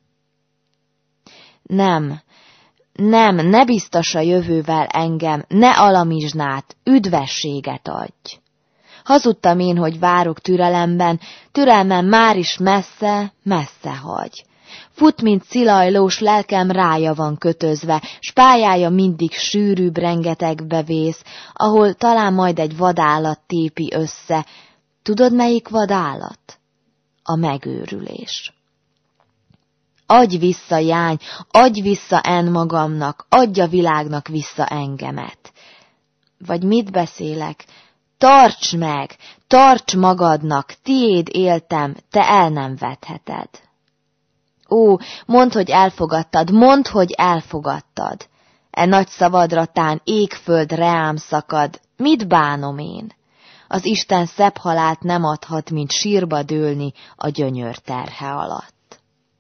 Nem, nem, ne biztos a jövővel engem, ne alamizsnát, üdvességet adj. Hazudtam én, hogy várok türelemben, türelmem már is messze, messze hagy. Fut, mint szilajlós, lelkem rája van kötözve, s pályája mindig sűrűbb rengetegbe vész, ahol talán majd egy vadállat tépi össze. Tudod, melyik vadállat? A megőrülés. Adj vissza, jány, adj vissza en magamnak, adj a világnak vissza engemet. Vagy mit beszélek? Tarts meg, tarts magadnak, tiéd éltem, te el nem vetheted. Ó, mondd, hogy elfogadtad, mondd, hogy elfogadtad. E nagy szavadra tán égföld reám szakad, mit bánom én? Az Isten szebb halált nem adhat, mint sírba dőlni a gyönyör terhe alatt.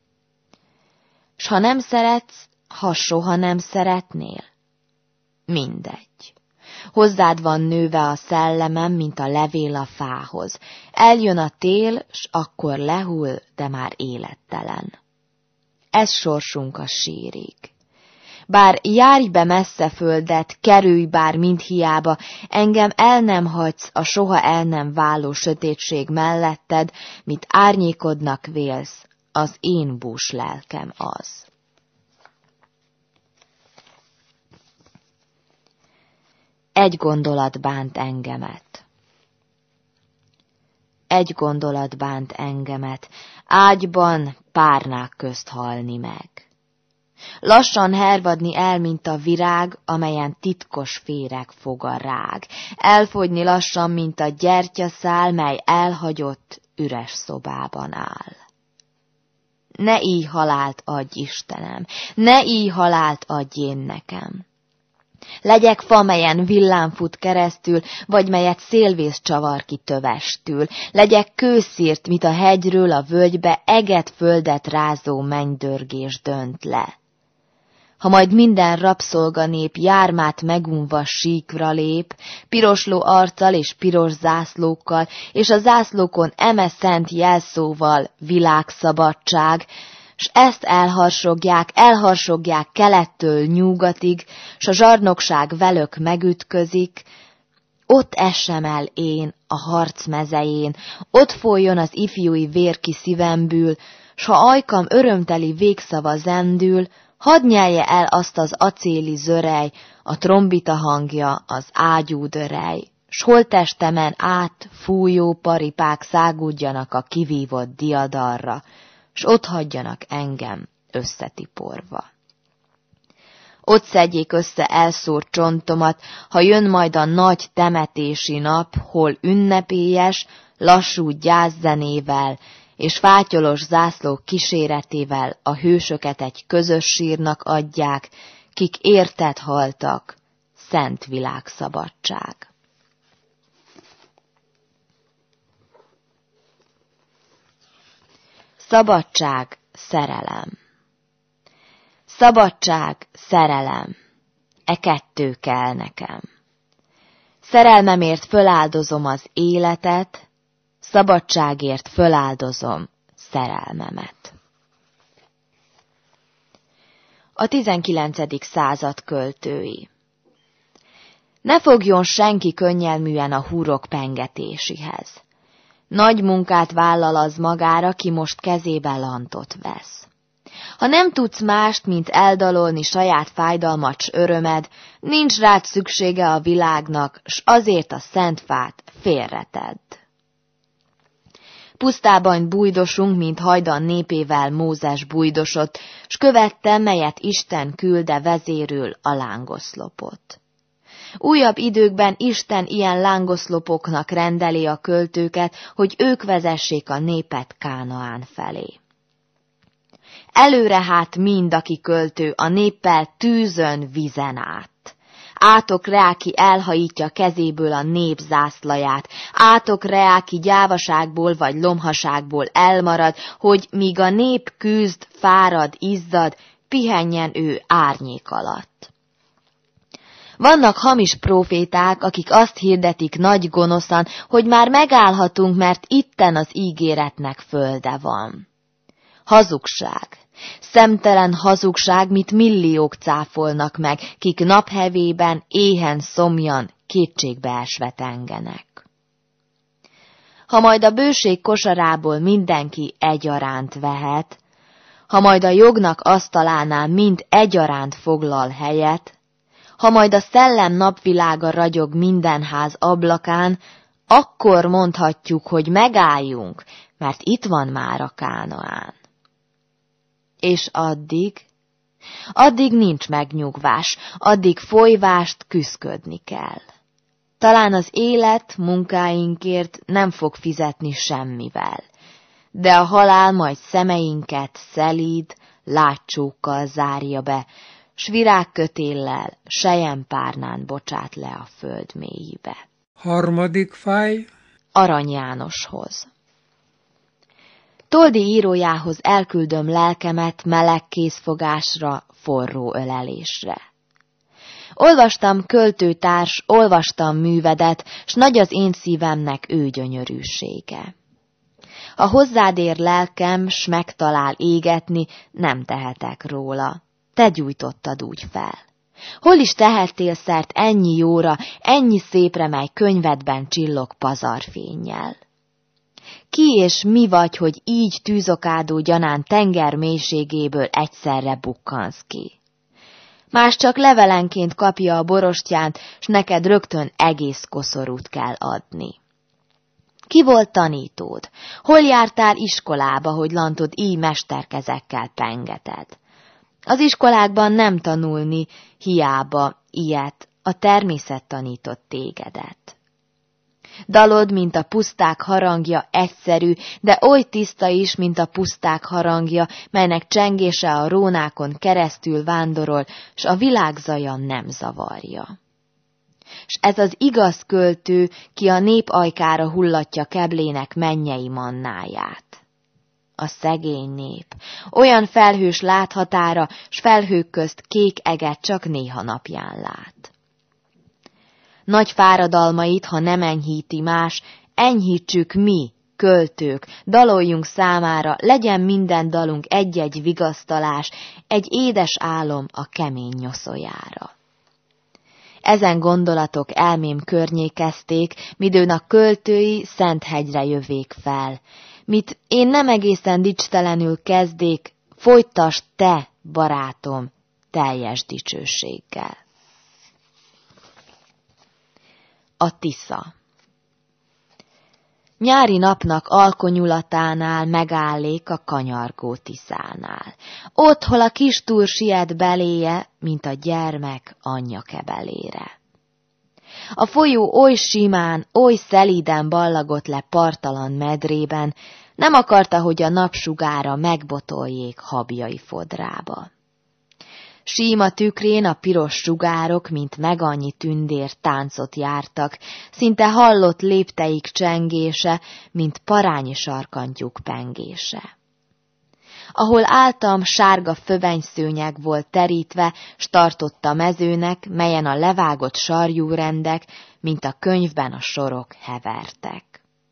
S ha nem szeretsz, ha soha nem szeretnél? Mindegy. Hozzád van nőve a szellemem, mint a levél a fához. Eljön a tél, s akkor lehull, de már élettelen. Ez sorsunk a sírig. Bár járj be messze földet, kerülj bár mindhiába, engem el nem hagysz a soha el nem váló sötétség melletted, mit árnyékodnak vélsz, az én bús lelkem az. Egy gondolat bánt engemet. Egy gondolat bánt engemet, ágyban párnák közt halni meg. Lassan hervadni el, mint a virág, amelyen titkos féreg fog a rág. Elfogyni lassan, mint a gyertyaszál, mely elhagyott, üres szobában áll. Ne így halált adj, Istenem, ne így halált adj én nekem. Legyek fa, melyen villám fut keresztül, vagy melyet szélvész csavar ki tövestül. Legyek kőszírt, mit a hegyről a völgybe eget földet rázó mennydörgés dönt le. Ha majd minden rabszolganép jármát megunva síkra lép, pirosló arccal és piros zászlókkal, és a zászlókon eme szent jelszóval világszabadság, s ezt elharsogják, elharsogják kelettől nyugatig, s a zsarnokság velök megütközik, ott essem el én a harc mezején, ott folyjon az ifjúi vér ki szívemből, s ha ajkam örömteli végszava zendül, hadd nyelje el azt az acéli zörej, a trombita hangja, az ágyú dörej, s holttestemen át fújó paripák szágúdjanak a kivívott diadarra, s ott hagyjanak engem összetiporva. Ott szedjék össze elszórt csontomat, ha jön majd a nagy temetési nap, hol ünnepélyes, lassú gyászzenével, és fátyolos zászlók kíséretével a hősöket egy közös sírnak adják, kik érted haltak, szent világszabadság. Szabadság, szerelem. Szabadság, szerelem. E kettő kell nekem. Szerelmemért föláldozom az életet, szabadságért föláldozom szerelmemet. A tizenkilencedik század költői. Ne fogjon senki könnyelműen a húrok pengetésihez. Nagy munkát vállal az magára, ki most kezébe lantot vesz. Ha nem tudsz mást, mint eldalolni saját fájdalmat s örömed, nincs rád szüksége a világnak, s azért a szent fát félretedd. Pusztában bújdosunk, mint hajdan népével Mózes bújdosott, s követte, melyet Isten külde vezérül a lángoszlopot. Újabb időkben Isten ilyen lángoszlopoknak rendeli a költőket, hogy ők vezessék a népet Kánaán felé. Előre hát mind, aki költő, a néppel tűzön, vizen át. Átok Reáki elhajítja kezéből a nép zászlaját, átok Reáki gyávaságból vagy lomhaságból elmarad, hogy míg a nép küzd, fárad, izzad, pihenjen ő árnyék alatt. Vannak hamis próféták, akik azt hirdetik nagy gonoszan, hogy már megállhatunk, mert itten az ígéretnek földe van. Hazugság. Szemtelen hazugság, mit milliók cáfolnak meg, kik naphevében, éhen szomjan, kétségbeesve tengenek. Ha majd a bőség kosarából mindenki egyaránt vehet, ha majd a jognak asztalánál mind egyaránt foglal helyet, ha majd a szellem napvilága ragyog minden ház ablakán, akkor mondhatjuk, hogy megálljunk, mert itt van már a Kánaán. És addig, addig nincs megnyugvás, addig folyvást küszködni kell. Talán az élet munkáinkért nem fog fizetni semmivel, de a halál majd szemeinket szelíd látcsókkal zárja be, s virágkötéllel selyempárnán bocsát le a föld mélyébe. Harmadik fáj. Arany Jánoshoz. Toldi írójához elküldöm lelkemet meleg kézfogásra, forró ölelésre. Olvastam költőtárs, olvastam művedet, s nagy az én szívemnek ő gyönyörűsége. Ha hozzád ér lelkem, s megtalál égetni, nem tehetek róla. te gyújtottad úgy fel. Hol is tehettél szert ennyi jóra, ennyi szépre, mely könyvedben csillog pazarfénnyel? Ki és mi vagy, hogy így tűzokádó gyanán tenger mélységéből egyszerre bukkansz ki? Más csak levelenként kapja a borostyánt, s neked rögtön egész koszorút kell adni. Ki volt tanítód? Hol jártál iskolába, hogy lantod így mesterkezekkel pengeted? Az iskolákban nem tanulni, hiába ilyet, a természet tanított tégedet. Dalod, mint a puszták harangja, egyszerű, de oly tiszta is, mint a puszták harangja, melynek csengése a rónákon keresztül vándorol, s a világ zaja nem zavarja. S ez az igaz költő, ki a nép ajkára hullatja keblének mennyei mannáját. A szegény nép, olyan felhős láthatára, s felhők közt kék eget csak néha napján lát. Nagy fáradalmait, ha nem enyhíti más, enyhítsük mi, költők, daloljunk számára, legyen minden dalunk egy-egy vigasztalás, egy édes álom a kemény nyoszójára. Ezen gondolatok elmém környékezték, midőn a költői Szenthegyre jövék fel. Mit én nem egészen dicstelenül kezdék, folytasd te, barátom, teljes dicsőséggel. A Tisza. Nyári napnak alkonyulatánál megállék a kanyargó Tiszánál. Ott, hol a kis túr siet beléje, mint a gyermek anyja kebelére. A folyó oly simán, oly szelíden ballagott le partalan medrében, nem akarta, hogy a napsugára megbotoljék habjai fodrába. Síma tükrén a piros sugárok, mint megannyi tündér táncot jártak, szinte hallott lépteik csengése, mint parányi sarkantyúk pengése. Ahol álltam, sárga fövenyszőnyeg volt terítve, s tartott a mezőnek, melyen a levágott sarjúrendek, mint a könyvben a sorok hevertek.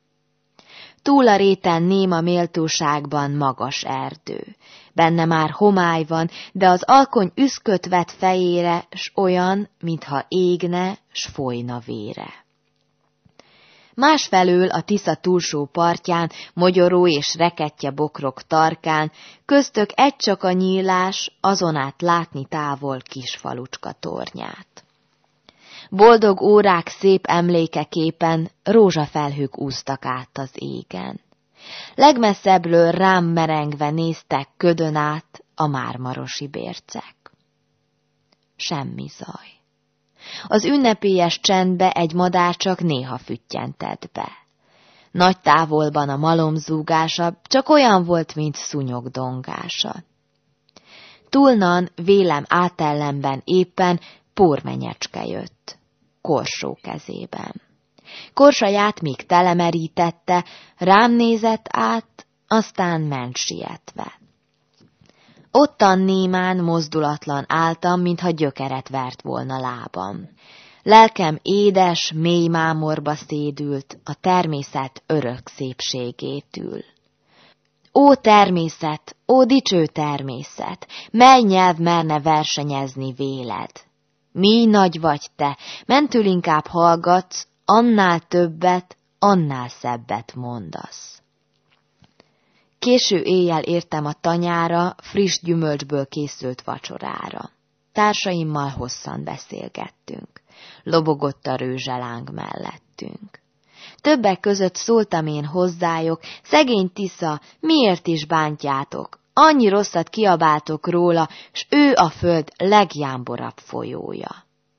Túl a réten néma méltóságban magas erdő. Benne már homály van, de az alkony üszköt vett fejére, s olyan, mintha égne, s folyna vére. Másfelől a Tisza túlsó partján, mogyoró és rekettye bokrok tarkán, köztök egy csak a nyílás, azon át látni távol kis falucska tornyát. Boldog órák szép emlékeképpen rózsafelhők úsztak át az égen. Legmesszebbről rám merengve néztek ködön át a mármarosi bércek. Semmi zaj. Az ünnepélyes csendbe egy madár csak néha füttyentett be. Nagy távolban a malom zúgása csak olyan volt, mint szúnyog dongása. Túlnan, vélem átellenben éppen pórmenyecske jött, korsó kezében. Korsaját még telemerítette, rám nézett át, aztán ment sietve. Ottan némán, mozdulatlan álltam, mintha gyökeret vert volna lábam. Lelkem édes, mély mámorba szédült, a természet örök szépségétül. Ó természet, ó dicső természet, mely nyelv merne versenyezni véled? Mi nagy vagy te, mentül inkább hallgatsz, annál többet, annál szebbet mondasz. Késő éjjel értem a tanyára, friss gyümölcsből készült vacsorára. Társaimmal hosszan beszélgettünk. Lobogott a rőzseláng mellettünk. Többek között szóltam én hozzájuk, szegény Tisza, miért is bántjátok? Annyi rosszat kiabáltok róla, s ő a föld legjámborabb folyója.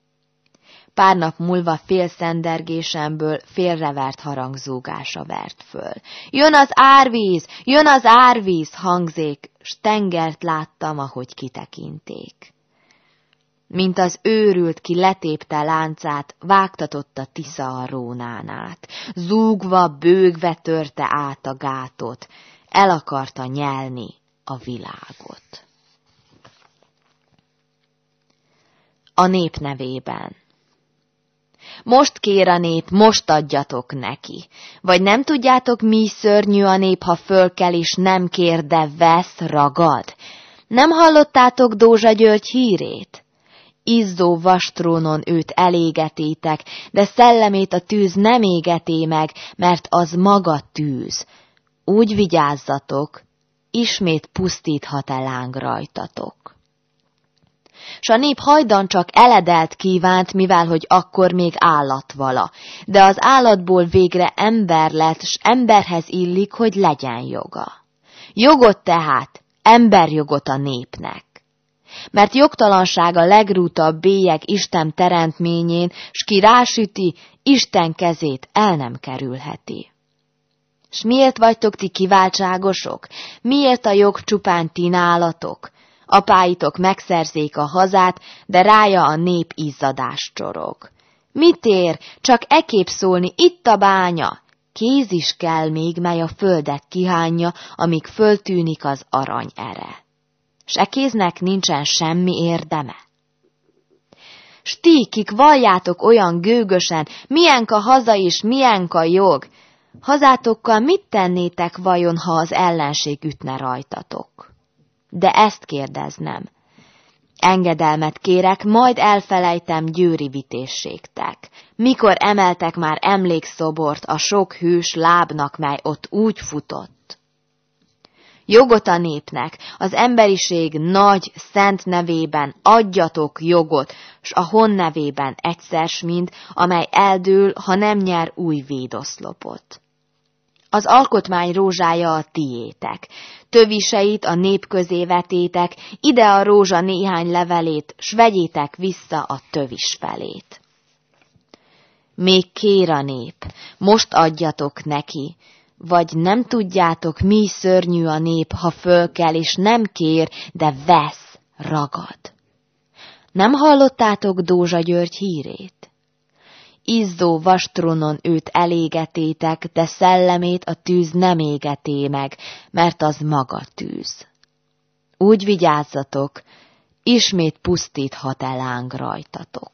Pár nap múlva fél szendergésemből félrevert harangzúgása vert föl. Jön az árvíz, jön az árvíz, hangzék, s tengert láttam, ahogy kitekinték. Mint az őrült, ki letépte láncát, vágtatott a Tisza a Rónán át. Zúgva, bőgve törte át a gátot, el akarta nyelni a világot. A nép nevében. Most kér a nép, most adjatok neki. Vagy nem tudjátok, mi szörnyű a nép, ha fölkel és nem kér, de vesz, ragad? Nem hallottátok Dózsa György hírét? Izzó vastrónon őt elégetétek, de szellemét a tűz nem égeté meg, mert az maga tűz. Úgy vigyázzatok, ismét pusztíthat-e láng rajtatok. S a nép hajdan csak eledelt kívánt, mivel hogy akkor még állat vala, de az állatból végre ember lett, s emberhez illik, hogy legyen joga. Jogot tehát, emberjogot a népnek. Mert jogtalanság a legrútabb bélyeg Isten teremtményén, s ki rásüti, Isten kezét el nem kerülheti. S miért vagytok ti kiváltságosok? Miért a jog csupán ti nálatok? Apáitok megszerzék a hazát, de rája a nép izzadás csorog. Mit ér, csak ekép szólni, itt a bánya? Kéz is kell még, mely a földet kihányja, amíg föltűnik az arany ere. S e kéznek nincsen semmi érdeme. S ti, kik valljátok olyan gőgösen, milyenk a haza és milyenk a jog, hazátokkal mit tennétek vajon, ha az ellenség ütne rajtatok? De ezt kérdeznem. Engedelmet kérek, majd elfelejtem győri vitézségtek. Mikor emeltek már emlékszobort a sok hős lábnak, mely ott úgy futott? Jogot a népnek, az emberiség nagy, szent nevében adjatok jogot, s a hon nevében egyszers mind, amely eldől, ha nem nyer új védoszlopot. Az alkotmány rózsája a tiétek, töviseit a nép közé vetétek, ide a rózsa néhány levelét, s vegyétek vissza a tövis felét. Még kér a nép, most adjatok neki, vagy nem tudjátok, mi szörnyű a nép, ha fölkel, és nem kér, de vesz, ragad. Nem hallottátok Dózsa György hírét? Izzó vastrónon őt elégetétek, de szellemét a tűz nem égeté meg, mert az maga tűz. Úgy vigyázzatok, ismét pusztíthat-e láng rajtatok.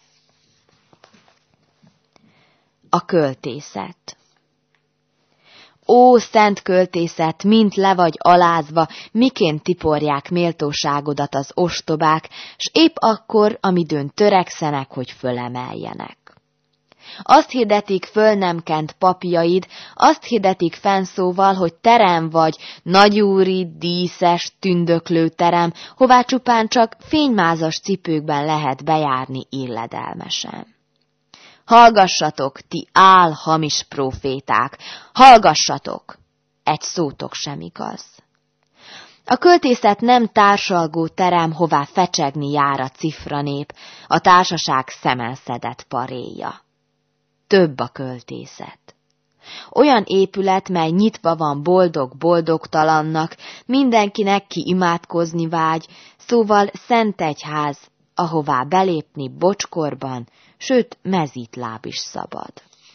A költészet. Ó, szent költészet, mint le vagy alázva, miként tiporják méltóságodat az ostobák, s épp akkor, amidőn törekszenek, hogy fölemeljenek. Azt hirdetik föl nem kent papjaid, azt hirdetik fennszóval, hogy terem vagy, nagyúri, díszes, tündöklő terem, hová csupán csak fénymázas cipőkben lehet bejárni illedelmesen. Hallgassatok, ti ál hamis próféták, hallgassatok, egy szótok sem igaz. A költészet nem társalgó terem, hová fecsegni jár a cifranép, a társaság szemenszedett paréja. Több a költészet. Olyan épület, mely nyitva van boldog-boldogtalannak, mindenkinek ki imádkozni vágy, szóval szent egyház, ahová belépni bocskorban, sőt mezítláb is szabad.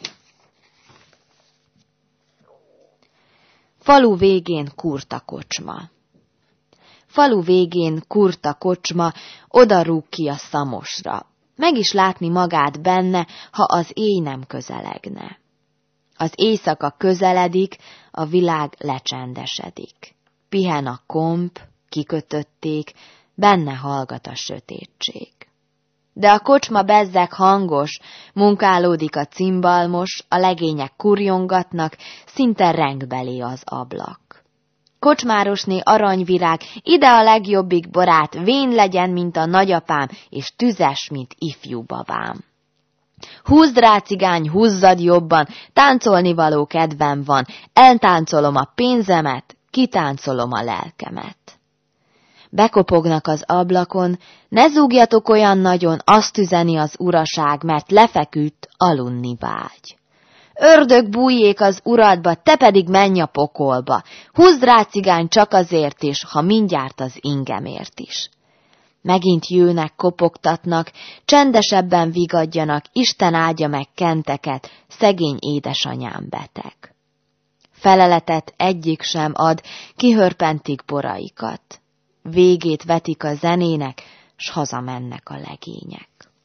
Falu végén kurta kocsma. Falu végén kurta kocsma, oda rúg ki a szamosra. Meg is látni magát benne, ha az éj nem közelegne. Az éjszaka közeledik, a világ lecsendesedik. Pihen a komp, kikötötték, benne hallgat a sötétség. De a kocsma bezzeg hangos, munkálódik a cimbalmos, a legények kurjongatnak, szinte rengbelé az ablak. Kocsmárosné aranyvirág, ide a legjobbik borát, vén legyen, mint a nagyapám, és tüzes, mint ifjú babám. Húzd rá, cigány, húzzad jobban, táncolni való kedvem van, eltáncolom a pénzemet, kitáncolom a lelkemet. Bekopognak az ablakon, ne zúgjatok olyan nagyon, azt üzeni az uraság, mert lefeküdt, aludni vágy. Ördög bújjék az uradba, te pedig menj a pokolba. Húzd rá, cigány, csak azért is, ha mindjárt az ingemért is. Megint jőnek, kopogtatnak, csendesebben vigadjanak, Isten áldja meg kenteket, szegény édesanyám beteg. Feleletet egyik sem ad, kihörpentik boraikat. Végét vetik a zenének, s hazamennek a legények.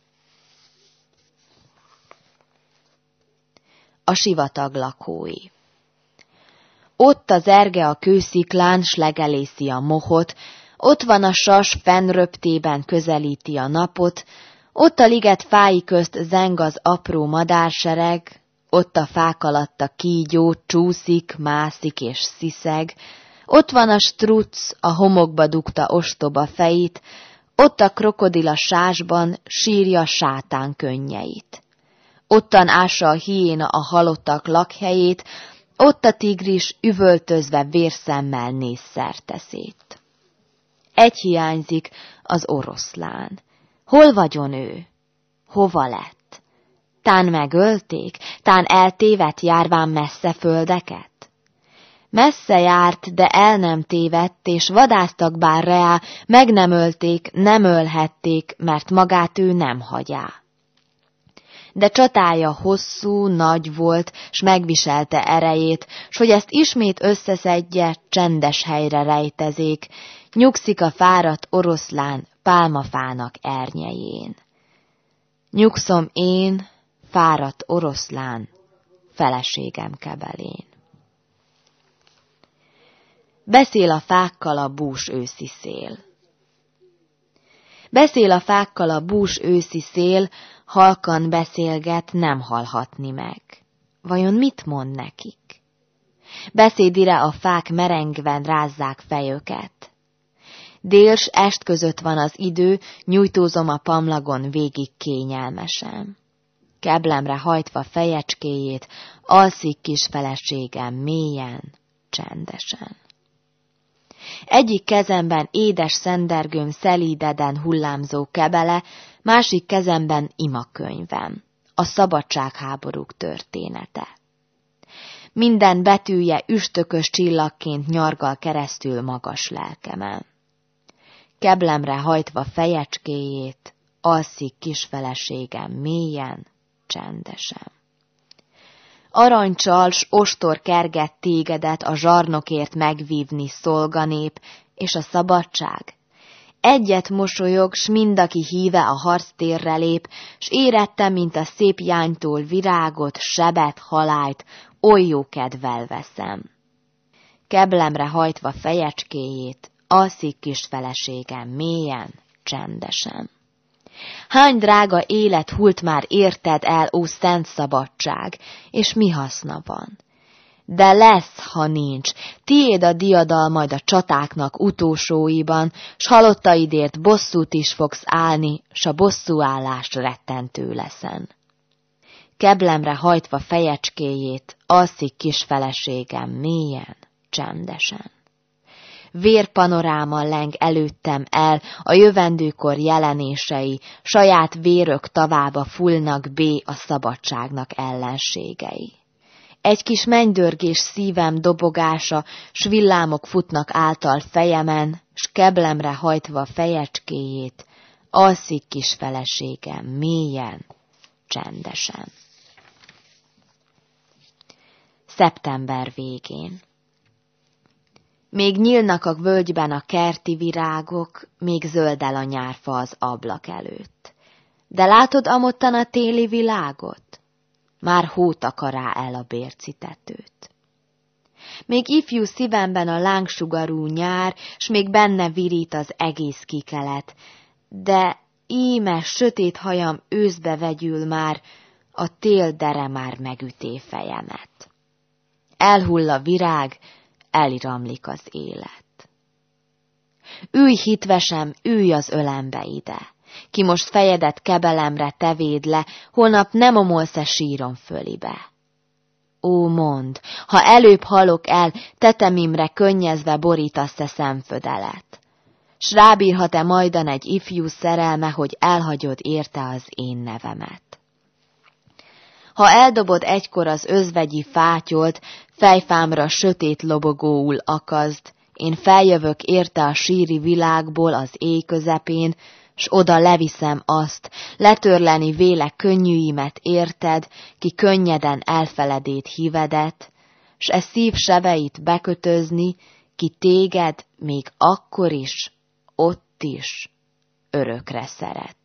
A sivatag lakói. Ott az erge a kősziklán, s legelészi a mohot, Ott van a sas fennröptében közelíti a napot, ott a liget fái közt zeng az apró madársereg, ott a fák alatt a kígyó csúszik, mászik és sziszeg, ott van a struc, a homokba dugta ostoba fejét, ott a krokodil a sásban sírja sátán könnyeit. Ottan ássa a hiéna a halottak lakhelyét, ott a tigris üvöltözve vérszemmel néz szerteszét. Egy hiányzik, az oroszlán. Hol vagyon ő? Hova lett? Tán megölték? Tán eltévedt járván messze földeket? Messze járt, de el nem tévedt, és vadásztak bár reá, meg nem ölték, nem ölhették, mert magát ő nem hagyá. De csatája hosszú, nagy volt, s megviselte erejét, s hogy ezt ismét összeszedje, csendes helyre rejtezék, nyugszik a fáradt oroszlán pálmafának ernyején. Nyugszom én, fáradt oroszlán, feleségem kebelén. Beszél a fákkal a bús őszi szél. Beszél a fákkal a bús őszi szél, halkan beszélget, nem hallhatni meg. Vajon mit mond nekik? Beszédire a fák merengven rázzák fejöket. Dél s est között van az idő, nyújtózom a pamlagon végig kényelmesen. Keblemre hajtva fejecskéjét, alszik kis feleségem mélyen, csendesen. Egyik kezemben édes szendergőm szelídeden hullámzó kebele, másik kezemben imakönyvem, a szabadságháborúk története. Minden betűje üstökös csillagként nyargal keresztül magas lelkemen. Keblemre hajtva fejecskéjét, alszik kis feleségem mélyen, csendesen. Aranycsal s ostor kerget tégedet a zsarnokért megvívni szolganép, és a szabadság. Egyet mosolyog, s mindaki híve a harctérre lép, s érettem, mint a szép jánytól virágot, sebet, halályt, oly jó kedvel veszem. Keblemre hajtva fejecskéjét, alszik kis feleségem mélyen, csendesen. Hány drága élet hult már érted el, ó szent szabadság, és mi haszna van? De lesz, ha nincs, tiéd a diadal majd a csatáknak utolsóiban, s halottaidért bosszút is fogsz állni, s a bosszúállás rettentő leszen. Keblemre hajtva fejecskéjét, alszik kis feleségem mélyen, csendesen. Vérpanoráma leng előttem el, a jövendőkor jelenései, saját vérök tavába fullnak bé a szabadságnak ellenségei. Egy kis mennydörgés szívem dobogása, s villámok futnak által fejemen, s keblemre hajtva fejecskéjét, alszik kis feleségem mélyen, csendesen. Szeptember végén. Még nyílnak a völgyben a kerti virágok, még zöldel a nyárfa az ablak előtt. De látod amottan a téli világot? Már hó takará el a bércitetőt. Még ifjú szívemben a lángsugarú nyár, s még benne virít az egész kikelet, de íme sötét hajam őszbe vegyül már, a tél dere már megüté fejemet. Elhull a virág, eliramlik az élet. Ülj hitvesem, ülj az ölembe ide, ki most fejedet kebelemre tevéd le, holnap nem omolsz-e sírom fölibe. Ó, mondd, ha előbb halok el, tetemimre könnyezve borítasz-e szemfödelet, s rábírhat-e majdan egy ifjú szerelme, hogy elhagyod érte az én nevemet. Ha eldobod egykor az özvegyi fátyolt, fejfámra sötét lobogóul akazd, én feljövök érte a síri világból az éj közepén, s oda leviszem azt, letörleni véle könnyűimet érted, ki könnyeden elfeledét hívedet, s e szív sebeit bekötözni, ki téged még akkor is, ott is örökre szeret.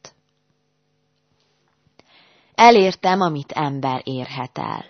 Elértem, amit ember érhet el.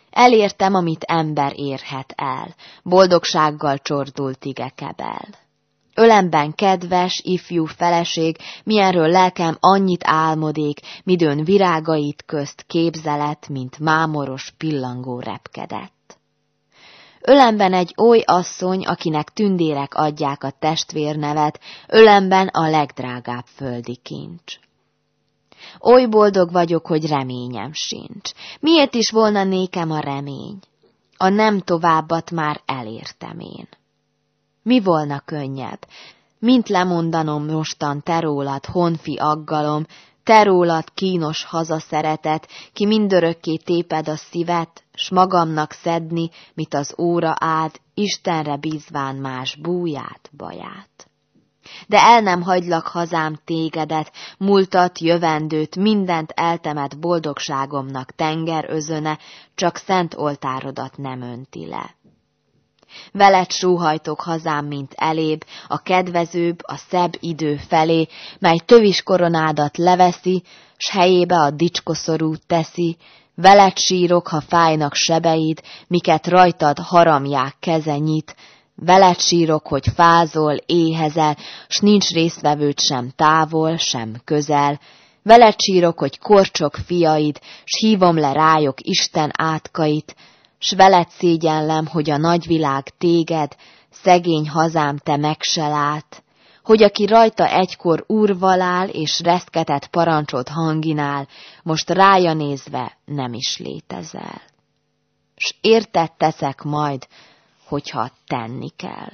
Elértem, amit ember érhet el, boldogsággal csordult ige kebel. Ölemben kedves, ifjú feleség, milyenről lelkem annyit álmodék, midőn virágait közt képzelet, mint mámoros pillangó repkedett. Ölemben egy oly asszony, akinek tündérek adják a testvérnevet, ölemben a legdrágább földi kincs. Oly boldog vagyok, hogy reményem sincs. Miért is volna nékem a remény? A nem továbbat már elértem én. Mi volna könnyebb, mint lemondanom mostan te rólad, honfi aggalom, te rólad kínos hazaszeretet, ki mindörökké téped a szívet, s magamnak szedni, mit az óra áld, Istenre bízván más búját, baját. De el nem hagylak hazám tégedet, múltat, jövendőt, mindent eltemet boldogságomnak tenger özöne, csak szent oltárodat nem önti le. Veled sóhajtok hazám, mint elébb, a kedvezőbb, a szebb idő felé, mely tövis koronádat leveszi, s helyébe a dicskoszorút teszi, veled sírok, ha fájnak sebeid, miket rajtad haramják keze nyit, veled sírok, hogy fázol, éhezel, s nincs résztvevőd sem távol, sem közel, veled sírok, hogy korcsok fiaid, s hívom le rájuk Isten átkait, s veled szégyenlem, hogy a nagyvilág téged, szegény hazám te meg se lát, hogy aki rajta egykor úrvalál, és reszketett parancsot hanginál, most rája nézve nem is létezel. S érted teszek majd, hogyha tenni kell.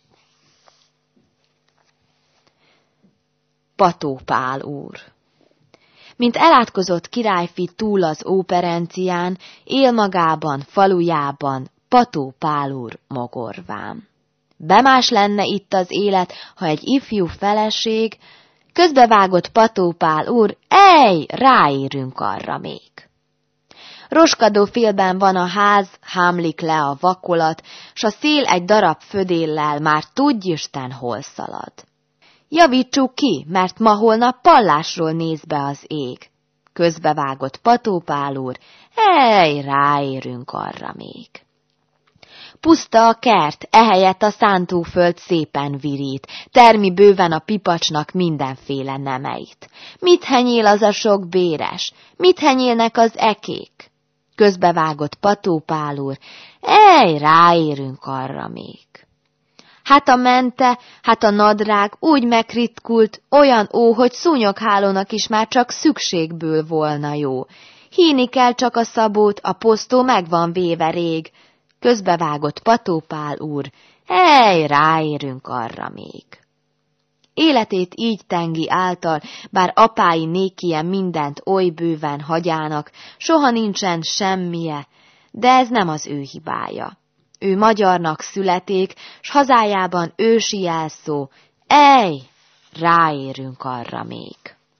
Pató Pál úr. Mint elátkozott királyfi túl az óperencián, él magában, falujában, Pató Pál úr mogorván. Bemás lenne itt az élet, ha egy ifjú feleség, közbevágott Pató Pál úr, ej, ráérünk arra még. Roskadó félben van a ház, hámlik le a vakolat, s a szél egy darab födéllel már tudj Isten hol szalad. Javítsuk ki, mert ma holnap pallásról néz be az ég. Közbevágott Pató Pál úr, ej, ráérünk arra még. Puszta a kert, ehelyett a szántóföld szépen virít, termi bőven a pipacsnak mindenféle nemeit. Mit henyél az a sok béres? Mit henyélnek az ekék? Közbevágott Pató Pál úr, ej, ráérünk arra még. Hát a mente, hát a nadrág úgy megritkult, olyan ó, hogy szúnyoghálónak is már csak szükségből volna jó. Híni kell csak a szabót, a posztó meg van véve rég. Közbevágott Pató Pál úr, ej, ráérünk arra még. Életét így tengi által, bár apái nékie mindent oly bőven hagyának, soha nincsen semmije, de ez nem az ő hibája. Ő magyarnak születék, s hazájában ősi jelszó, ej, ráérünk arra még.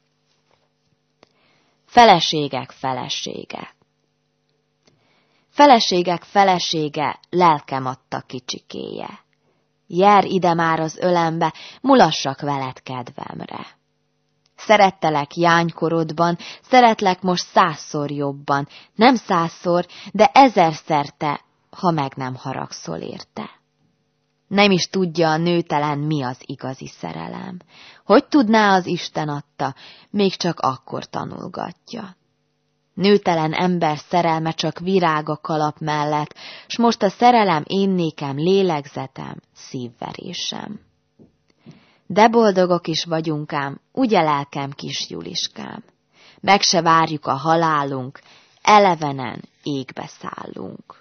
Feleségek felesége. Feleségek felesége, lelkem adta kicsikéje. Jár ide már az ölembe, mulassak veled kedvemre. Szerettelek jánykorodban, szeretlek most százszor jobban, nem százszor, de ezerszerte, ha meg nem haragszol érte. Nem is tudja a nőtelen, mi az igazi szerelem. Hogy tudná, az Isten adta, még csak akkor tanulgatja. Nőtelen ember szerelme csak virág a kalap mellett, s most a szerelem én nékem lélegzetem, szívverésem. De boldogok is vagyunk ám, ugye lelkem kis Juliskám. Meg se várjuk a halálunk, elevenen égbe szállunk.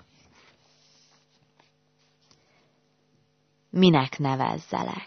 Minek nevezzelek?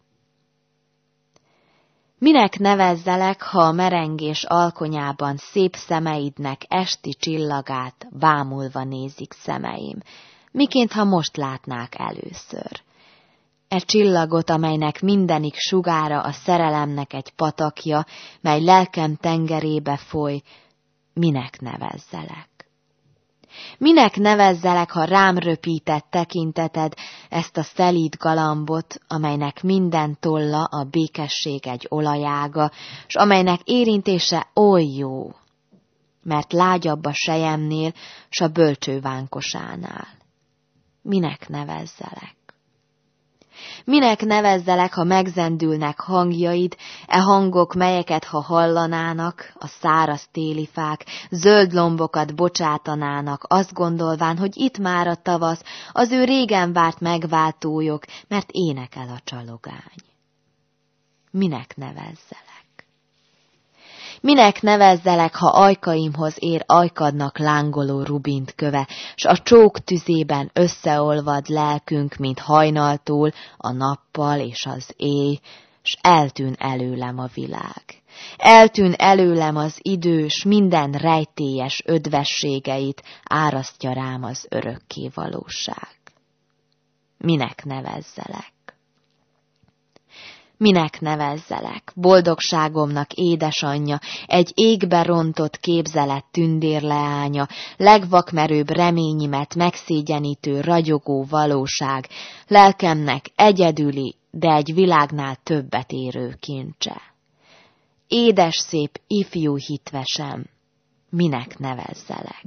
Minek nevezzelek, ha a merengés alkonyában szép szemeidnek esti csillagát bámulva nézik szemeim, miként ha most látnák először. E csillagot, amelynek mindenik sugára a szerelemnek egy patakja, mely lelkem tengerébe foly, minek nevezzelek? Minek nevezzelek, ha rám röpített tekinteted ezt a szelíd galambot, amelynek minden tolla a békesség egy olajága, s amelynek érintése oly jó, mert lágyabb a selyemnél, s a bölcső vánkosánál. Minek nevezzelek? Minek nevezzelek, ha megzendülnek hangjaid, e hangok, melyeket, ha hallanának, a száraz téli fák, zöld lombokat bocsátanának, azt gondolván, hogy itt már a tavasz, az ő régen várt megváltójog, mert énekel a csalogány. Minek nevezzelek? Minek nevezzelek, ha ajkaimhoz ér ajkadnak lángoló rubint köve, s a csók tüzében összeolvad lelkünk, mint hajnaltól a nappal és az éj, s eltűn előlem a világ. Eltűn előlem az idő, s minden rejtélyes ödvességeit árasztja rám az örökké valóság. Minek nevezzelek? Minek nevezzelek, boldogságomnak édesanyja, egy égbe rontott képzelet tündérleánya, legvakmerőbb reményimet megszégyenítő, ragyogó valóság, lelkemnek egyedüli, de egy világnál többet érő kincse. Édes szép ifjú hitvesem, minek nevezzelek?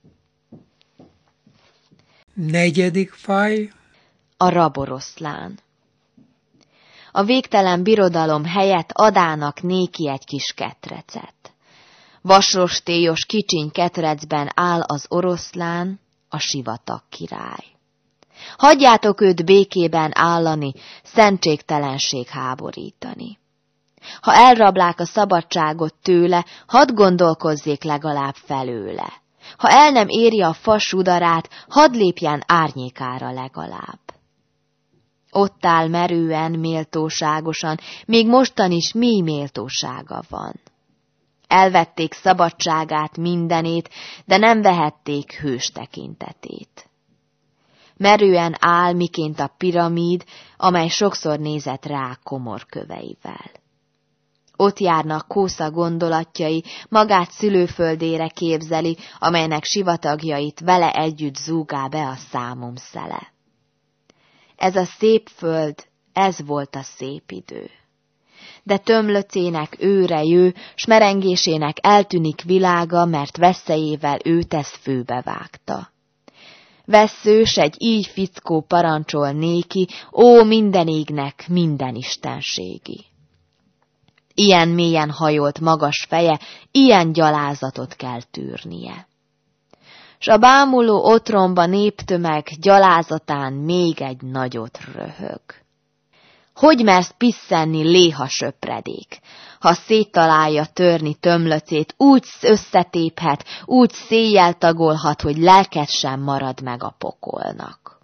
Negyedik faj. A raboroszlán. A végtelen birodalom helyett adának néki egy kis ketrecet. Vasrostélyos kicsiny ketrecben áll az oroszlán, a sivatag király. Hagyjátok őt békében állani, szentségtelenség háborítani. Ha elrablák a szabadságot tőle, hadd gondolkozzék legalább felőle. Ha el nem éri a fa sudarát, hadd lépjen árnyékára legalább. Ott áll merően, méltóságosan, még mostan is mély méltósága van. Elvették szabadságát, mindenét, de nem vehették hős tekintetét. Merően áll, miként a piramíd, amely sokszor nézett rá komor köveivel. Ott járnak kósza gondolatjai, magát szülőföldére képzeli, amelynek sivatagjait vele együtt zúgál be a számom szele. Ez a szép föld, ez volt a szép idő. De tömlöcének őre jő, s merengésének eltűnik világa, mert veszélyével őt ezt főbe vágta. Vesszős egy így fickó parancsol néki, ó minden égnek, minden istenségi. Ilyen mélyen hajolt magas feje, ilyen gyalázatot kell tűrnie. S a bámuló otromba néptömeg gyalázatán még egy nagyot röhög. Hogy mersz pisszenni léha söpredék, ha széttalálja törni tömlöcét, úgy összetéphet, úgy széjjel tagolhat, hogy lelked sem marad meg a pokolnak.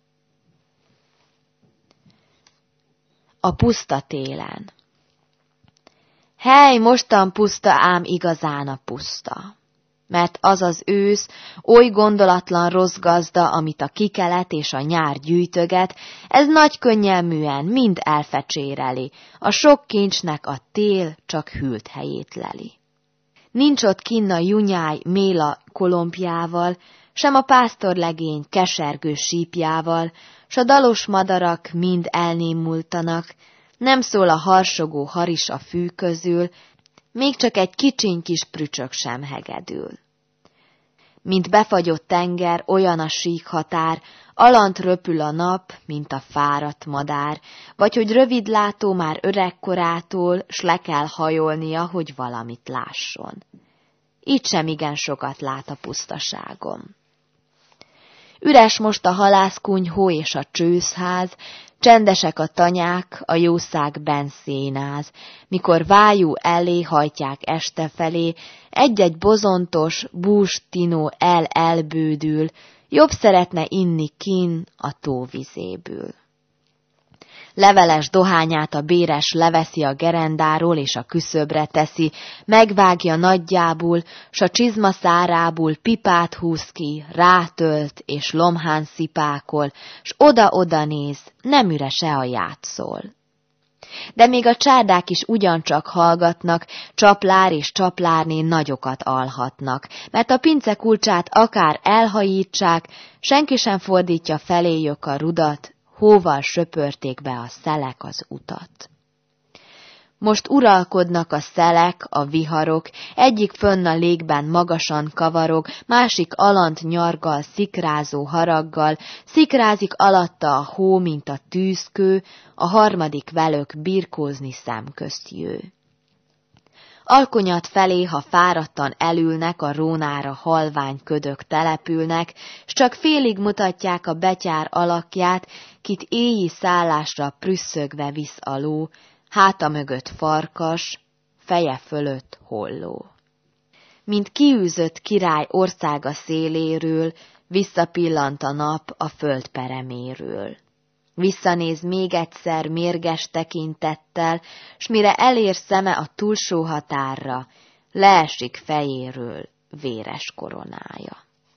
A puszta télen. Hely, mostan puszta, ám igazán a puszta. Mert az az ősz, oly gondolatlan rossz gazda, amit a kikelet és a nyár gyűjtöget, ez nagy könnyelműen mind elfecséreli, a sok kincsnek a tél csak hűlt helyét leli. Nincs ott kinn a junyáj méla kolompjával, sem a pásztorlegény kesergő sípjával, s a dalos madarak mind elnémultanak, nem szól a harsogó haris a fű közül, még csak egy kicsiny kis prücsök sem hegedül. Mint befagyott tenger, olyan a sík határ, alant röpül a nap, mint a fáradt madár, vagy hogy rövidlátó már öregkorától, s le kell hajolnia, hogy valamit lásson. Itt sem igen sokat lát a pusztaságom. Üres most a halászkunyhó és a csőszház, csendesek a tanyák, a jószág benn szénáz, mikor vájú elé hajtják este felé, egy-egy bozontos, bús tinó el-elbődül, jobb szeretne inni kin a tóvizéből. Leveles dohányát a béres leveszi a gerendáról és a küszöbre teszi, megvágja nagyjából, s a csizma szárából pipát húz ki, rátölt és lomhán szipákol, s oda-oda néz, nem ürese a játszol. De még a csárdák is ugyancsak hallgatnak, csaplár és csaplárné nagyokat alhatnak, mert a pince kulcsát akár elhajítsák, senki sem fordítja feléjük a rudat, hóval söpörték be a szelek az utat. Most uralkodnak a szelek, a viharok, egyik fönn a légben magasan kavarog, másik alant nyargal szikrázó haraggal, szikrázik alatta a hó, mint a tűzkő, a harmadik velök birkózni szemközt jő. Alkonyat felé, ha fáradtan elülnek, a rónára halvány ködök települnek, s csak félig mutatják a betyár alakját, kit éji szállásra prüsszögve visz a ló, háta mögött farkas, feje fölött holló. Mint kiűzött király országa széléről, visszapillant a nap a föld pereméről. Visszanéz még egyszer mérges tekintettel, s mire elér szeme a túlsó határra, leesik fejéről véres koronája.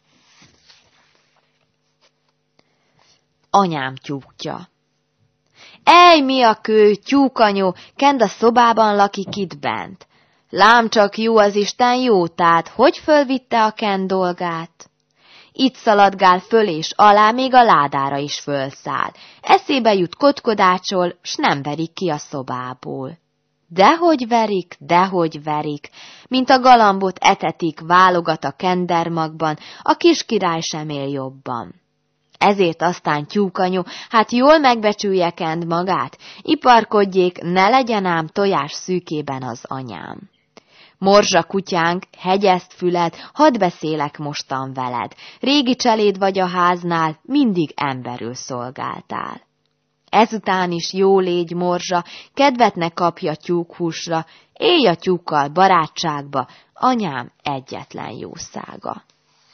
Anyám tyúkja. Ej, mi a kő, tyúkanyó, kend a szobában lakik itt bent. Lám csak jó az Isten jótát, hogy fölvitte a kend dolgát? Itt szaladgál föl és alá, még a ládára is fölszáll. Eszébe jut kotkodácsol, s nem verik ki a szobából. Dehogy verik, dehogy verik, mint a galambot etetik, válogat a kendermagban, a kis király sem él jobban. Ezért aztán tyúkanyó, hát jól megbecsülje kend magát, iparkodjék, ne legyen ám tojás szűkében az anyám. Morzsa kutyánk, hegyezd füled, hadd beszélek mostan veled. Régi cseléd vagy a háznál, mindig emberül szolgáltál. Ezután is jó légy, morzsa, kedvet ne kapja tyúkhúsra, élj a tyúkkal barátságba, anyám egyetlen jószága.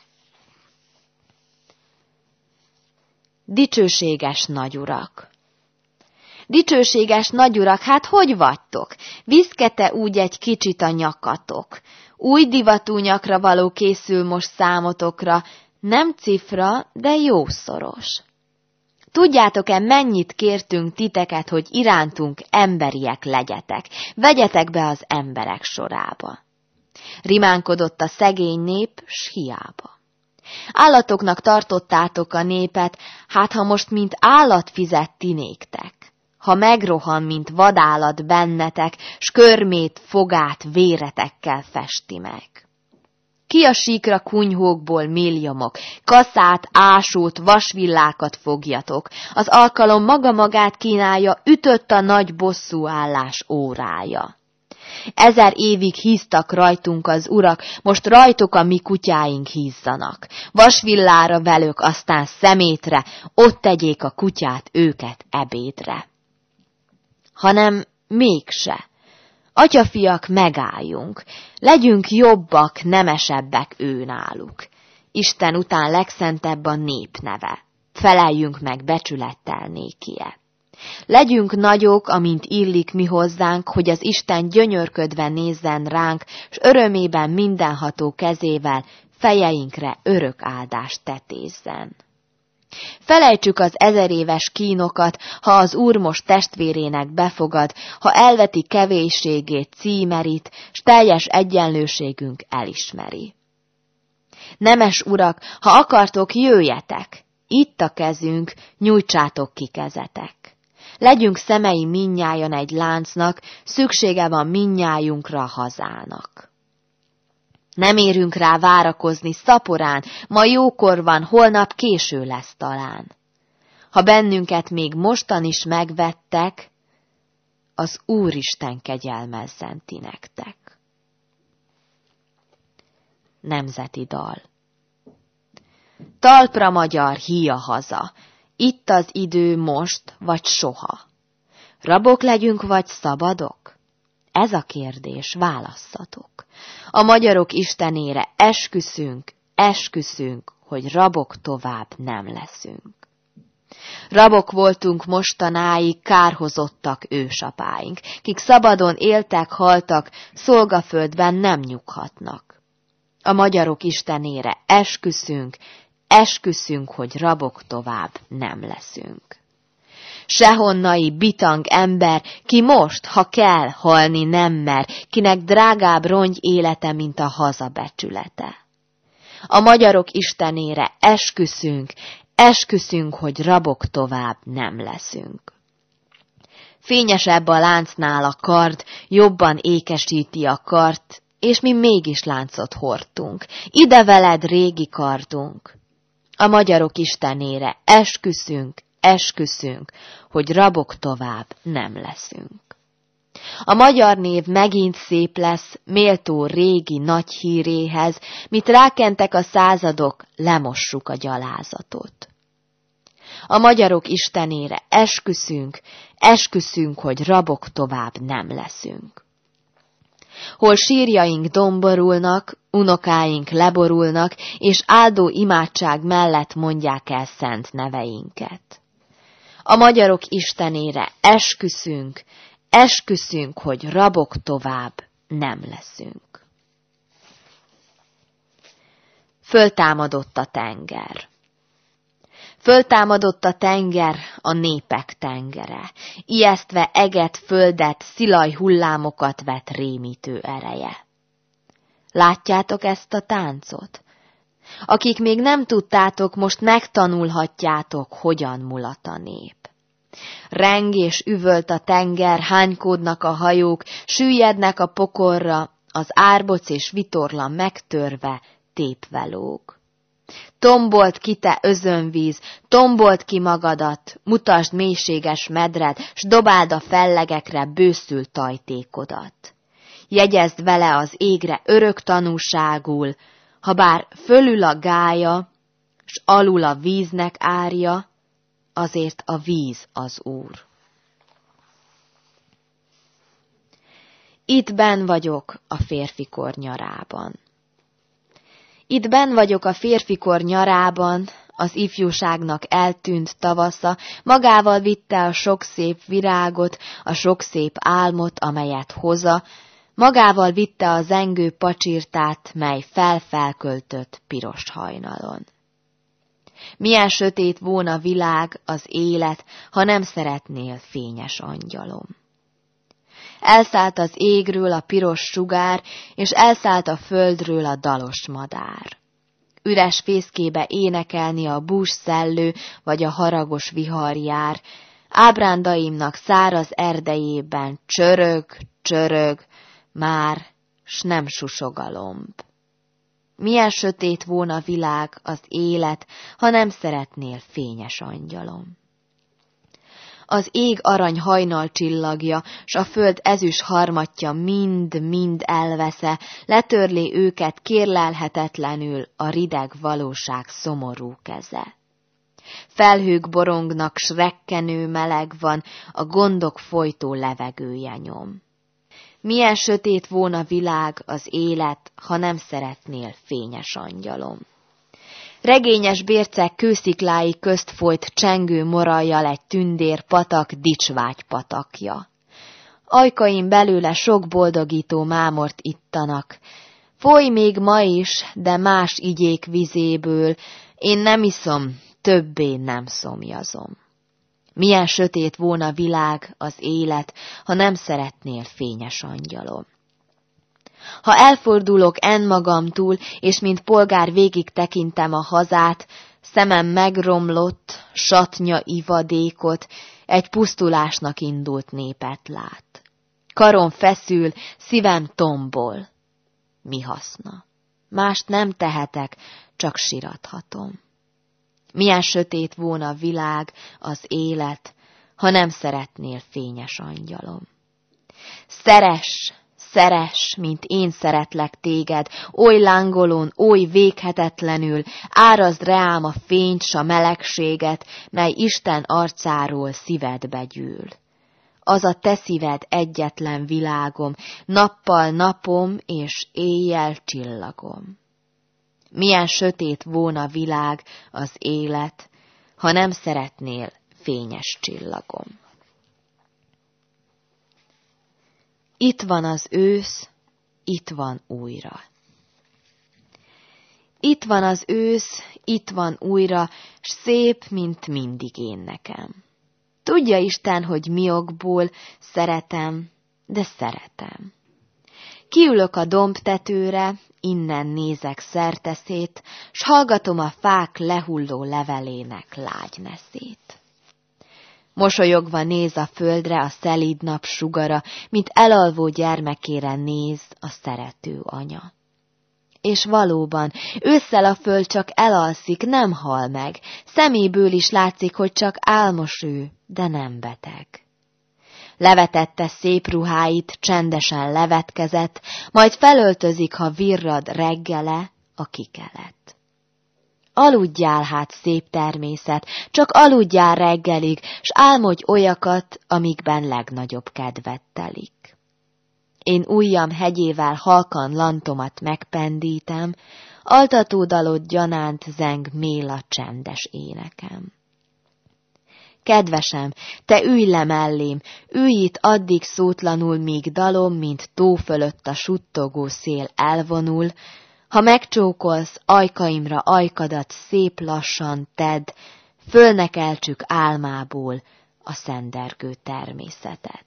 Dicsőséges nagyurak. Dicsőséges nagyurak, hát hogy vagytok? Viszkete úgy egy kicsit a nyakatok. Új divatú nyakra való készül most számotokra, nem cifra, de jószoros. Tudjátok-e, mennyit kértünk titeket, hogy irántunk emberiek legyetek, vegyetek be az emberek sorába? Rimánkodott a szegény nép, s hiába. Állatoknak tartottátok a népet, hát ha most mint állat fizet ti néktek. Ha megrohan, mint vadállat bennetek, s körmét, fogát véretekkel festi meg. Ki a síkra kunyhókból milliomok, kaszát, ásót, vasvillákat fogjatok, az alkalom maga magát kínálja, ütött a nagy bosszúállás órája. Ezer évig híztak rajtunk az urak, most rajtok a mi kutyáink hízzanak. Vasvillára velük, aztán szemétre, ott tegyék a kutyát őket ebédre. Hanem mégse. Atyafiak, megálljunk, legyünk jobbak, nemesebbek ő náluk. Isten után legszentebb a nép neve, feleljünk meg becsülettel nékie. Legyünk nagyok, amint illik mi hozzánk, hogy az Isten gyönyörködve nézzen ránk, s örömében mindenható kezével fejeinkre örök áldást tetézzen. Felejtsük az ezeréves kínokat, ha az Úr most testvérének befogad, ha elveti kevésségét, címerít, s teljes egyenlőségünk elismeri. Nemes urak, ha akartok, jöjjetek, itt a kezünk, nyújtsátok ki kezetek. Legyünk szemei mindnyájan egy láncnak, szüksége van mindnyájunkra a hazának. Nem érünk rá várakozni szaporán, ma jókor van, holnap késő lesz talán. Ha bennünket még mostan is megvettek, az Úristen kegyelmezzen ti nektek. Nemzeti dal. Talpra magyar, híja haza, itt az idő most vagy soha. Rabok legyünk vagy szabadok? Ez a kérdés, válasszatok. A magyarok istenére esküszünk, esküszünk, hogy rabok tovább nem leszünk. Rabok voltunk mostanáig, kárhozottak ősapáink, kik szabadon éltek, haltak, szolgaföldben nem nyughatnak. A magyarok istenére esküszünk, esküszünk, hogy rabok tovább nem leszünk. Sehonnai bitang ember, ki most, ha kell, halni nem mer, kinek drágább rongy élete, mint a haza becsülete. A magyarok istenére esküszünk, esküszünk, hogy rabok tovább nem leszünk. Fényesebb a láncnál a kard, jobban ékesíti a kart, és mi mégis láncot hordtunk. Ide veled, régi kardunk! A magyarok istenére esküszünk, esküszünk, hogy rabok tovább nem leszünk. A magyar név megint szép lesz, méltó régi nagy híréhez, mit rákentek a századok, lemossuk a gyalázatot. A magyarok istenére esküszünk, esküszünk, hogy rabok tovább nem leszünk. Hol sírjaink domborulnak, unokáink leborulnak, és áldó imádság mellett mondják el szent neveinket. A magyarok istenére esküszünk, esküszünk, hogy rabok tovább nem leszünk. Föltámadott a tenger. Föltámadott a tenger, a népek tengere, ijesztve eget, földet, szilaj hullámokat vet rémítő ereje. Látjátok ezt a táncot? Akik még nem tudtátok, most megtanulhatjátok, hogyan mulat a nép. Reng és üvölt a tenger, hánykódnak a hajók, süllyednek a pokorra, az árboc és vitorla megtörve, tépve lóg. Tombolt ki te özönvíz, tombolt ki magadat, mutasd mélységes medred, s dobáld a fellegekre bőszül tajtékodat. Jegyezd vele az égre örök tanúságul, ha bár fölül a gája, s alul a víznek árja, azért a víz az Úr. Itt benn vagyok a férfikor nyarában. Itt benn vagyok a férfikor nyarában, az ifjúságnak eltűnt tavasza, magával vitte a sok szép virágot, a sok szép álmot, amelyet hoza, magával vitte a zengő pacsirtát, mely felfelköltött piros hajnalon. Milyen sötét volna világ, az élet, ha nem szeretnél, fényes angyalom. Elszállt az égről a piros sugár, és elszállt a földről a dalos madár. Üres fészkébe énekelni a bús szellő, vagy a haragos vihar jár, ábrándaimnak száraz erdejében csörög, csörög, már, s nem susog a lomb. Milyen sötét volna világ, az élet, ha nem szeretnél, fényes angyalom. Az ég arany hajnal csillagja, s a föld ezüst harmatja mind-mind elvesze, letörli őket kérlelhetetlenül a rideg valóság szomorú keze. Felhők borongnak, s rekkenő meleg van, a gondok folytó levegője nyom. Milyen sötét volna világ, az élet, ha nem szeretnél, fényes angyalom. Regényes bércek kősziklái közt folyt csengő morajjal egy tündér patak dicsvágy patakja. Ajkaim belőle sok boldogító mámort ittanak. Folyj még ma is, de más igyék vizéből, én nem iszom, többé nem szomjazom. Milyen sötét volna világ, az élet, ha nem szeretnél, fényes angyalom. Ha elfordulok en magamtól, és mint polgár végig tekintem a hazát, szemem megromlott, satnya ivadékot, egy pusztulásnak indult népet lát. Karom feszül, szívem tombol. Mi haszna? Mást nem tehetek, csak sirathatom. Milyen sötét volna a világ, az élet, ha nem szeretnél, fényes angyalom. Szeress, szeress, mint én szeretlek téged, oly lángolón, oly véghetetlenül, árazd reám a fényt s a melegséget, mely Isten arcáról szívedbe gyűl. Az a te szíved egyetlen világom, nappal napom és éjjel csillagom. Milyen sötét volna világ, az élet, ha nem szeretnél, fényes csillagom. Itt van az ősz, itt van újra. Itt van az ősz, itt van újra, s szép, mint mindig én nekem. Tudja Isten, hogy mi okból szeretem, de szeretem. Kiülök a dombtetőre, innen nézek szerteszét, s hallgatom a fák lehulló levelének lágy neszét. Mosolyogva néz a földre a szelíd nap sugara, mint elalvó gyermekére néz a szerető anya. És valóban, ősszel a föld csak elalszik, nem hal meg, szeméből is látszik, hogy csak álmos ő, de nem beteg. Levetette szép ruháit, csendesen levetkezett, majd felöltözik, ha virrad reggele a kikelet. Aludjál hát, szép természet, csak aludjál reggelig, s álmodj olyakat, amikben legnagyobb kedvet telik. Én ujjam hegyével halkan lantomat megpendítem, altatódalod gyanánt zeng méla csendes énekem. Kedvesem, te ülj le mellém, ülj itt addig szótlanul, míg dalom, mint tó fölött a suttogó szél elvonul. Ha megcsókolsz, ajkaimra ajkadat szép lassan tedd, fölnekeltsük álmából a szendergő természetet.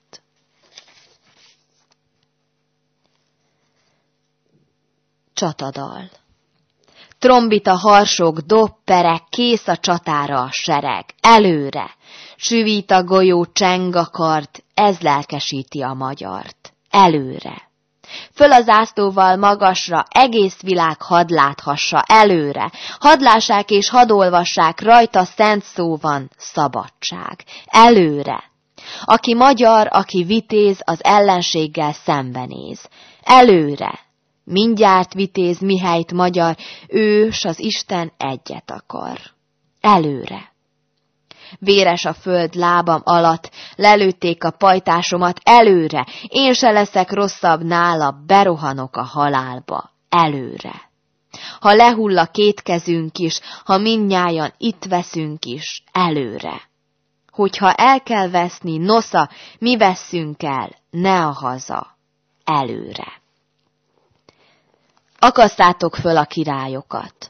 Csatadal. Trombita, harsog, dobperek, kész a csatára a sereg, előre! Süvít a golyó, cseng a kard, ez lelkesíti a magyart, előre! Föl az zászlóval magasra, egész világ hadd láthassa, előre! Hadd lássák és hadd olvassák, rajta szent szó van, szabadság, előre! Aki magyar, aki vitéz, az ellenséggel szembenéz, előre! Mindjárt vitéz, mihelyt magyar, ős az Isten egyet akar. Előre! Véres a föld lábam alatt, lelőtték a pajtásomat, előre! Én se leszek rosszabb nála, berohanok a halálba, előre! Ha lehull a két kezünk is, ha mindnyájan itt veszünk is, előre! Hogyha el kell veszni, nosza, mi vesszünk el, ne a haza, előre! Akasszátok föl a királyokat.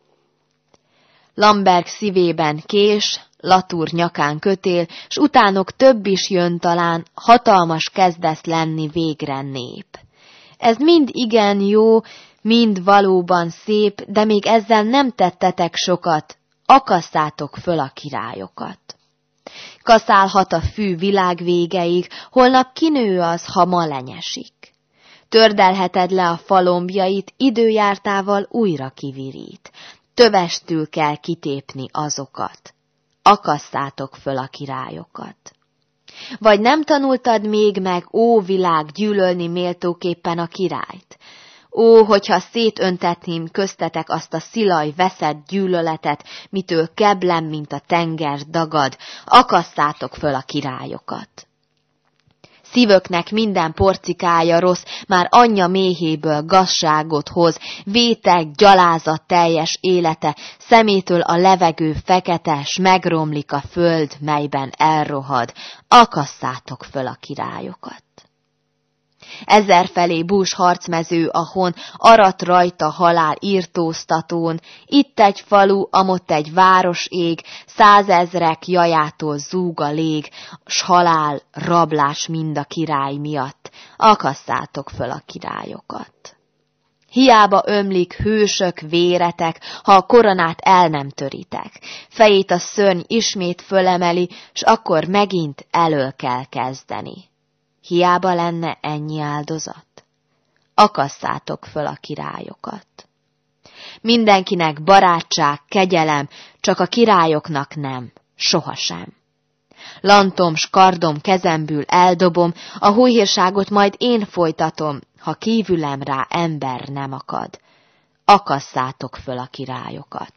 Lamberg szívében kés, Latour nyakán kötél, s utánok több is jön talán, hatalmas kezdesz lenni végre nép. Ez mind igen jó, mind valóban szép, de még ezzel nem tettetek sokat, akasszátok föl a királyokat. Kaszálhat a fű világ végeig, holnap kinő az, ha ma lenyesik. Tördelheted le a falombjait, időjártával újra kivirít. Tövestül kell kitépni azokat. Akasszátok föl a királyokat. Vagy nem tanultad még meg, ó világ, gyűlölni méltóképpen a királyt? Ó, hogyha szétöntetném köztetek azt a szilaj veszett gyűlöletet, mitől keblem, mint a tenger dagad, akasszátok föl a királyokat. Szívöknek minden porcikája rossz, már anyja méhéből gazságot hoz, vétek, gyalázat teljes élete, szemétől a levegő fekete, s megromlik a föld, melyben elrohad, akasszátok föl a királyokat. Ezerfelé bús harcmező a hon, arat rajta halál írtóztatón, itt egy falu, amott egy város ég, százezrek jajától zúg a lég, s halál, rablás mind a király miatt, akasszátok föl a királyokat. Hiába ömlik hősök véretek, ha a koronát el nem töritek. Fejét a szörny ismét fölemeli, s akkor megint elől kell kezdeni. Hiába lenne ennyi áldozat? Akasszátok föl a királyokat. Mindenkinek barátság, kegyelem, csak a királyoknak nem, sohasem. Lantom s kardom kezemből eldobom, a hóhírságot majd én folytatom, ha kívülem rá ember nem akad. Akasszátok föl a királyokat.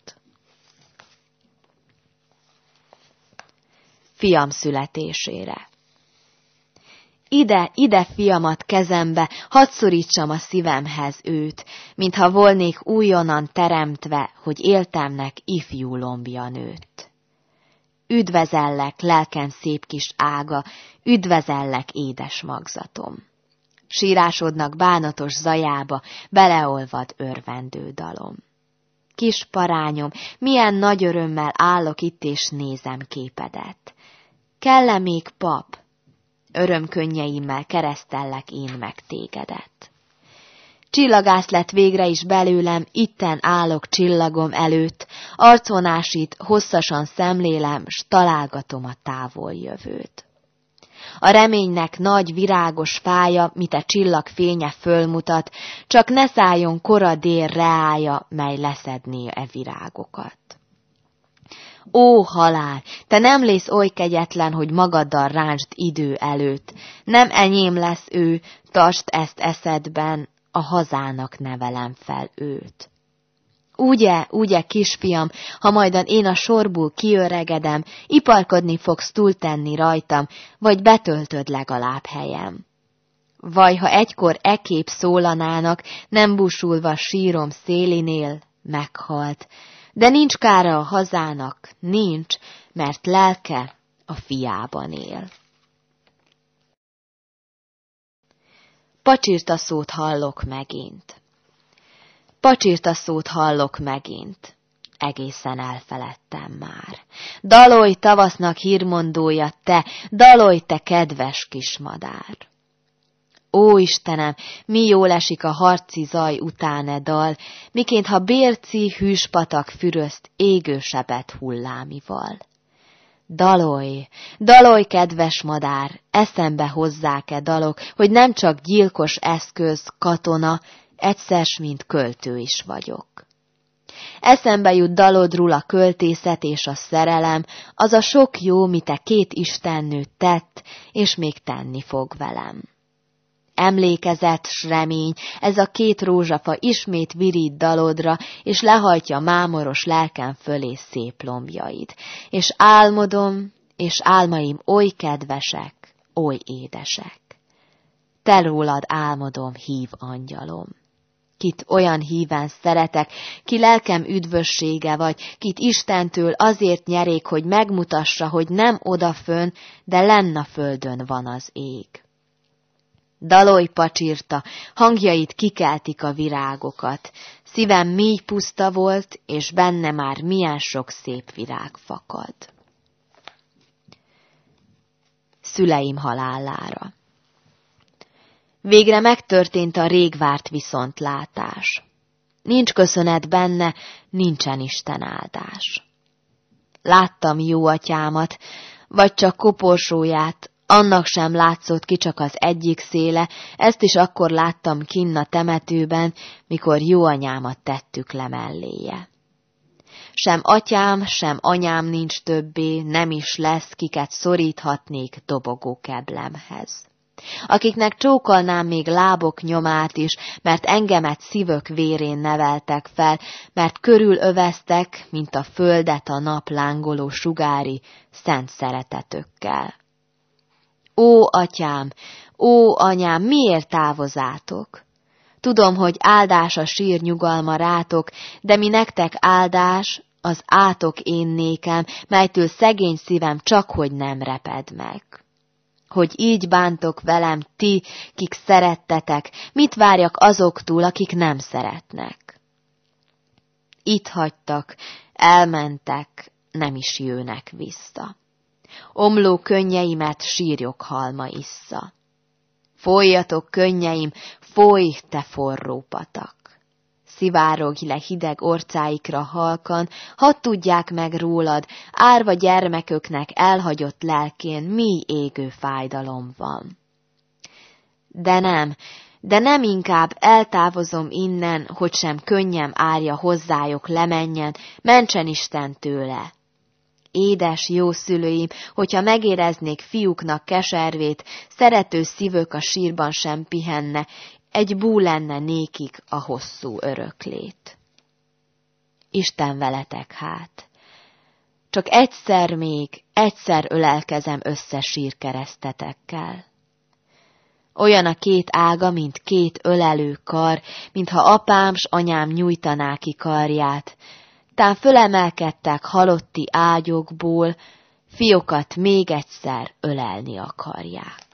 Fiam születésére. Ide, ide fiamat kezembe, hadd szorítsam a szívemhez őt, mintha volnék újonnan teremtve, hogy éltemnek ifjú lombja nőtt. Üdvözellek, lelkem szép kis ága, üdvözellek, édes magzatom. Sírásodnak bánatos zajába, beleolvad örvendő dalom. Kis parányom, milyen nagy örömmel állok itt és nézem képedet. Kell-e még pap? Örömkönnyeimmel keresztellek én meg tégedet. Csillagász lett végre is belőlem, itten állok csillagom előtt, arcon ásít, hosszasan szemlélem, s találgatom a távoljövőt. A reménynek nagy virágos fája, mit a csillag fénye fölmutat, csak ne szálljon kora dél reája, mely leszedné e virágokat. Ó, halál, te nem lész oly kegyetlen, hogy magaddal rántsd idő előtt. Nem enyém lesz ő, tartsd ezt eszedben, a hazának nevelem fel őt. Ugye, ugye, kisfiam, ha majdan én a sorból kiöregedem, iparkodni fogsz túltenni rajtam, vagy betöltöd legalább helyem. Vaj, ha egykor e kép szólanának, nem búsulva sírom szélinél, meghalt. De nincs kára a hazának, nincs, mert lelke a fiában él. Pacsirta szót hallok megint. Pacsirta szót hallok megint. Egészen elfeledtem már. Dalolj tavasznak hírmondója te, dalolj te kedves kismadár. Ó, Istenem, mi jól esik a harci zaj után e dal, miként ha bérci hűs patak füröszt égő sebet hullámival. Dalolj, dalolj, kedves madár, eszembe hozzák-e dalok, hogy nem csak gyilkos eszköz, katona, egyszer mint költő is vagyok. Eszembe jut dalodról a költészet és a szerelem, az a sok jó, mit te két istennő tett, és még tenni fog velem. Emlékezet s remény, ez a két rózsafa ismét virít dalodra, és lehajtja mámoros lelkem fölé szép lombjait. És álmodom, és álmaim oly kedvesek, oly édesek. Te rólad álmodom, hív angyalom. Kit olyan híven szeretek, ki lelkem üdvössége vagy, kit Istentől azért nyerék, hogy megmutassa, hogy nem odafönn, de lenn a földön van az ég. Dalolj, pacsirta, hangjait kikeltik a virágokat, szívem mély puszta volt, és benne már milyen sok szép virág fakad. Szüleim halálára. Végre megtörtént a rég várt viszontlátás. Nincs köszönet benne, nincsen Isten áldás. Láttam jó atyámat, vagy csak koporsóját, annak sem látszott ki csak az egyik széle, ezt is akkor láttam kinn a temetőben, mikor jó anyámat tettük le melléje. Sem atyám, sem anyám nincs többé, nem is lesz, kiket szoríthatnék dobogó keblemhez. Akiknek csókolnám még lábok nyomát is, mert engemet szívök vérén neveltek fel, mert körülöveztek, mint a földet a nap lángoló sugári, szent szeretetükkel. Ó, atyám, ó, anyám, miért távozátok? Tudom, hogy áldás a sír nyugalma rátok, de mi nektek áldás, az átok én nékem, melytől szegény szívem csakhogy nem reped meg. Hogy így bántok velem ti, kik szerettetek, mit várjak azoktól, akik nem szeretnek? Itt hagytak, elmentek, nem is jönnek vissza. Omló könnyeimet sírjok halma issza. Folyjatok, könnyeim, folyj, te forró patak. Szivárogj le hideg orcáikra halkan, hadd tudják meg rólad, árva gyermeköknek elhagyott lelkén mély égő fájdalom van. De nem, de nem inkább eltávozom innen, hogy sem könnyem árja hozzájuk lemenjen, mentsen Isten tőle. Édes jó szülőim, hogyha megéreznék fiúknak keservét, szerető szívük a sírban sem pihenne, egy bú lenne nékik a hosszú öröklét. Isten veletek hát! Csak egyszer még, egyszer ölelkezem össze sírkeresztetekkel. Olyan a két ága, mint két ölelő kar, mintha apám s anyám nyújtaná ki karját, tán fölemelkedtek halotti ágyokból, fiokat még egyszer ölelni akarják.